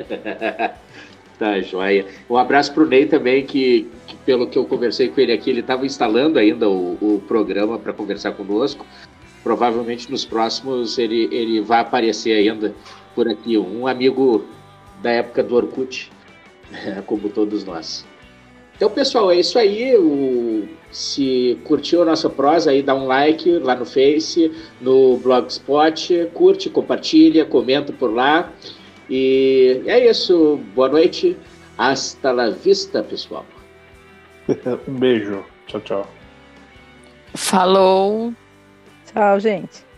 Tá, joia. Um abraço pro Ney também, que, que pelo que eu conversei com ele aqui, ele estava instalando ainda o, o programa para conversar conosco. Provavelmente nos próximos ele, ele vai aparecer ainda por aqui. Um amigo da época do Orkut, como todos nós. Então, pessoal, é isso aí. O... Se curtiu a nossa prosa, aí dá um like lá no Face, no Blogspot, curte, compartilha, comenta por lá. E é isso. Boa noite. Hasta la vista, pessoal. Um beijo. Tchau, tchau. Falou. Tchau, gente.